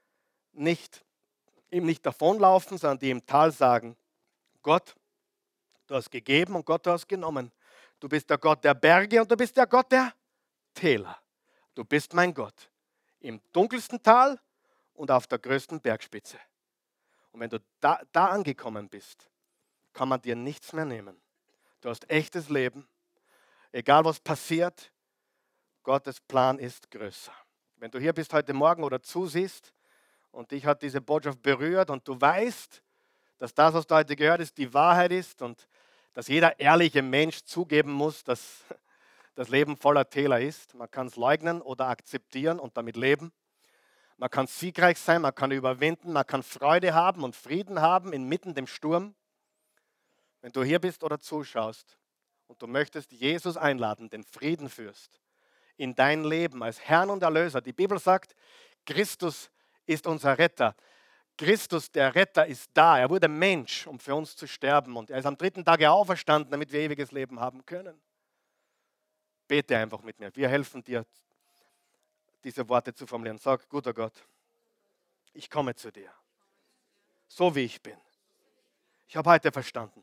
davonlaufen, sondern die im Tal sagen, Gott, du hast gegeben und Gott, du hast genommen. Du bist der Gott der Berge und du bist der Gott der Täler. Du bist mein Gott. Im dunkelsten Tal und auf der größten Bergspitze. Und wenn du da angekommen bist, kann man dir nichts mehr nehmen. Du hast echtes Leben. Egal was passiert, Gottes Plan ist größer. Wenn du hier bist heute Morgen oder zusiehst und dich hat diese Botschaft berührt und du weißt, dass das, was du heute gehört hast, die Wahrheit ist und dass jeder ehrliche Mensch zugeben muss, dass das Leben voller Täler ist. Man kann es leugnen oder akzeptieren und damit leben. Man kann siegreich sein, man kann überwinden, man kann Freude haben und Frieden haben inmitten dem Sturm. Wenn du hier bist oder zuschaust und du möchtest Jesus einladen, den Friedenfürst, in dein Leben als Herrn und Erlöser. Die Bibel sagt, Christus ist unser Retter. Christus, der Retter, ist da. Er wurde Mensch, um für uns zu sterben. Und er ist am 3. Tage auferstanden, damit wir ewiges Leben haben können. Bete einfach mit mir. Wir helfen dir, diese Worte zu formulieren. Sag, guter Gott, ich komme zu dir, so wie ich bin. Ich habe heute verstanden,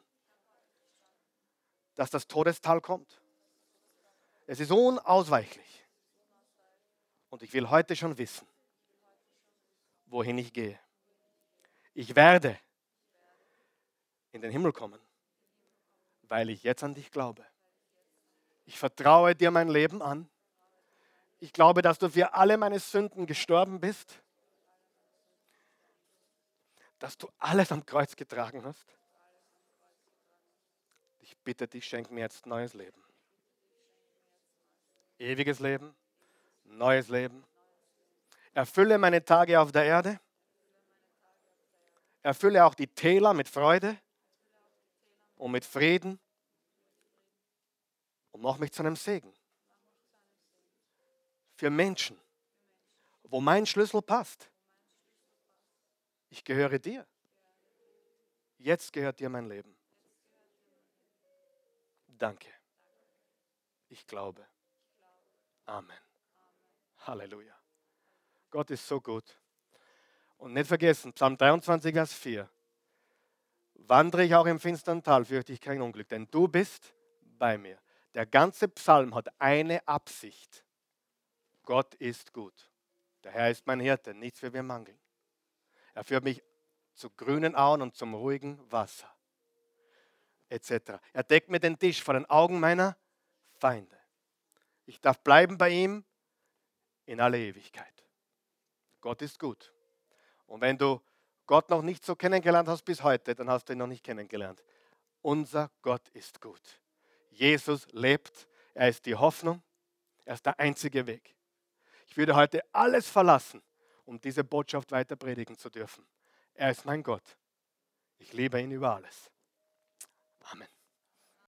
dass das Todestal kommt. Es ist unausweichlich. Und ich will heute schon wissen, wohin ich gehe. Ich werde in den Himmel kommen, weil ich jetzt an dich glaube. Ich vertraue dir mein Leben an. Ich glaube, dass du für alle meine Sünden gestorben bist, dass du alles am Kreuz getragen hast. Ich bitte dich, schenk mir jetzt neues Leben. Ewiges Leben, neues Leben. Erfülle meine Tage auf der Erde. Erfülle auch die Täler mit Freude und mit Frieden und mach mich zu einem Segen. Für Menschen, wo mein Schlüssel passt. Ich gehöre dir. Jetzt gehört dir mein Leben. Danke. Ich glaube. Amen. Halleluja. Gott ist so gut. Und nicht vergessen, Psalm 23, Vers 4. Wandere ich auch im finsteren Tal, fürchte ich kein Unglück, denn du bist bei mir. Der ganze Psalm hat eine Absicht. Gott ist gut. Der Herr ist mein Hirte, nichts wird mir mangeln. Er führt mich zu grünen Auen und zum ruhigen Wasser, etc. Er deckt mir den Tisch vor den Augen meiner Feinde. Ich darf bleiben bei ihm in alle Ewigkeit. Gott ist gut. Und wenn du Gott noch nicht so kennengelernt hast bis heute, dann hast du ihn noch nicht kennengelernt. Unser Gott ist gut. Jesus lebt. Er ist die Hoffnung. Er ist der einzige Weg. Ich würde heute alles verlassen, um diese Botschaft weiter predigen zu dürfen. Er ist mein Gott. Ich liebe ihn über alles. Amen.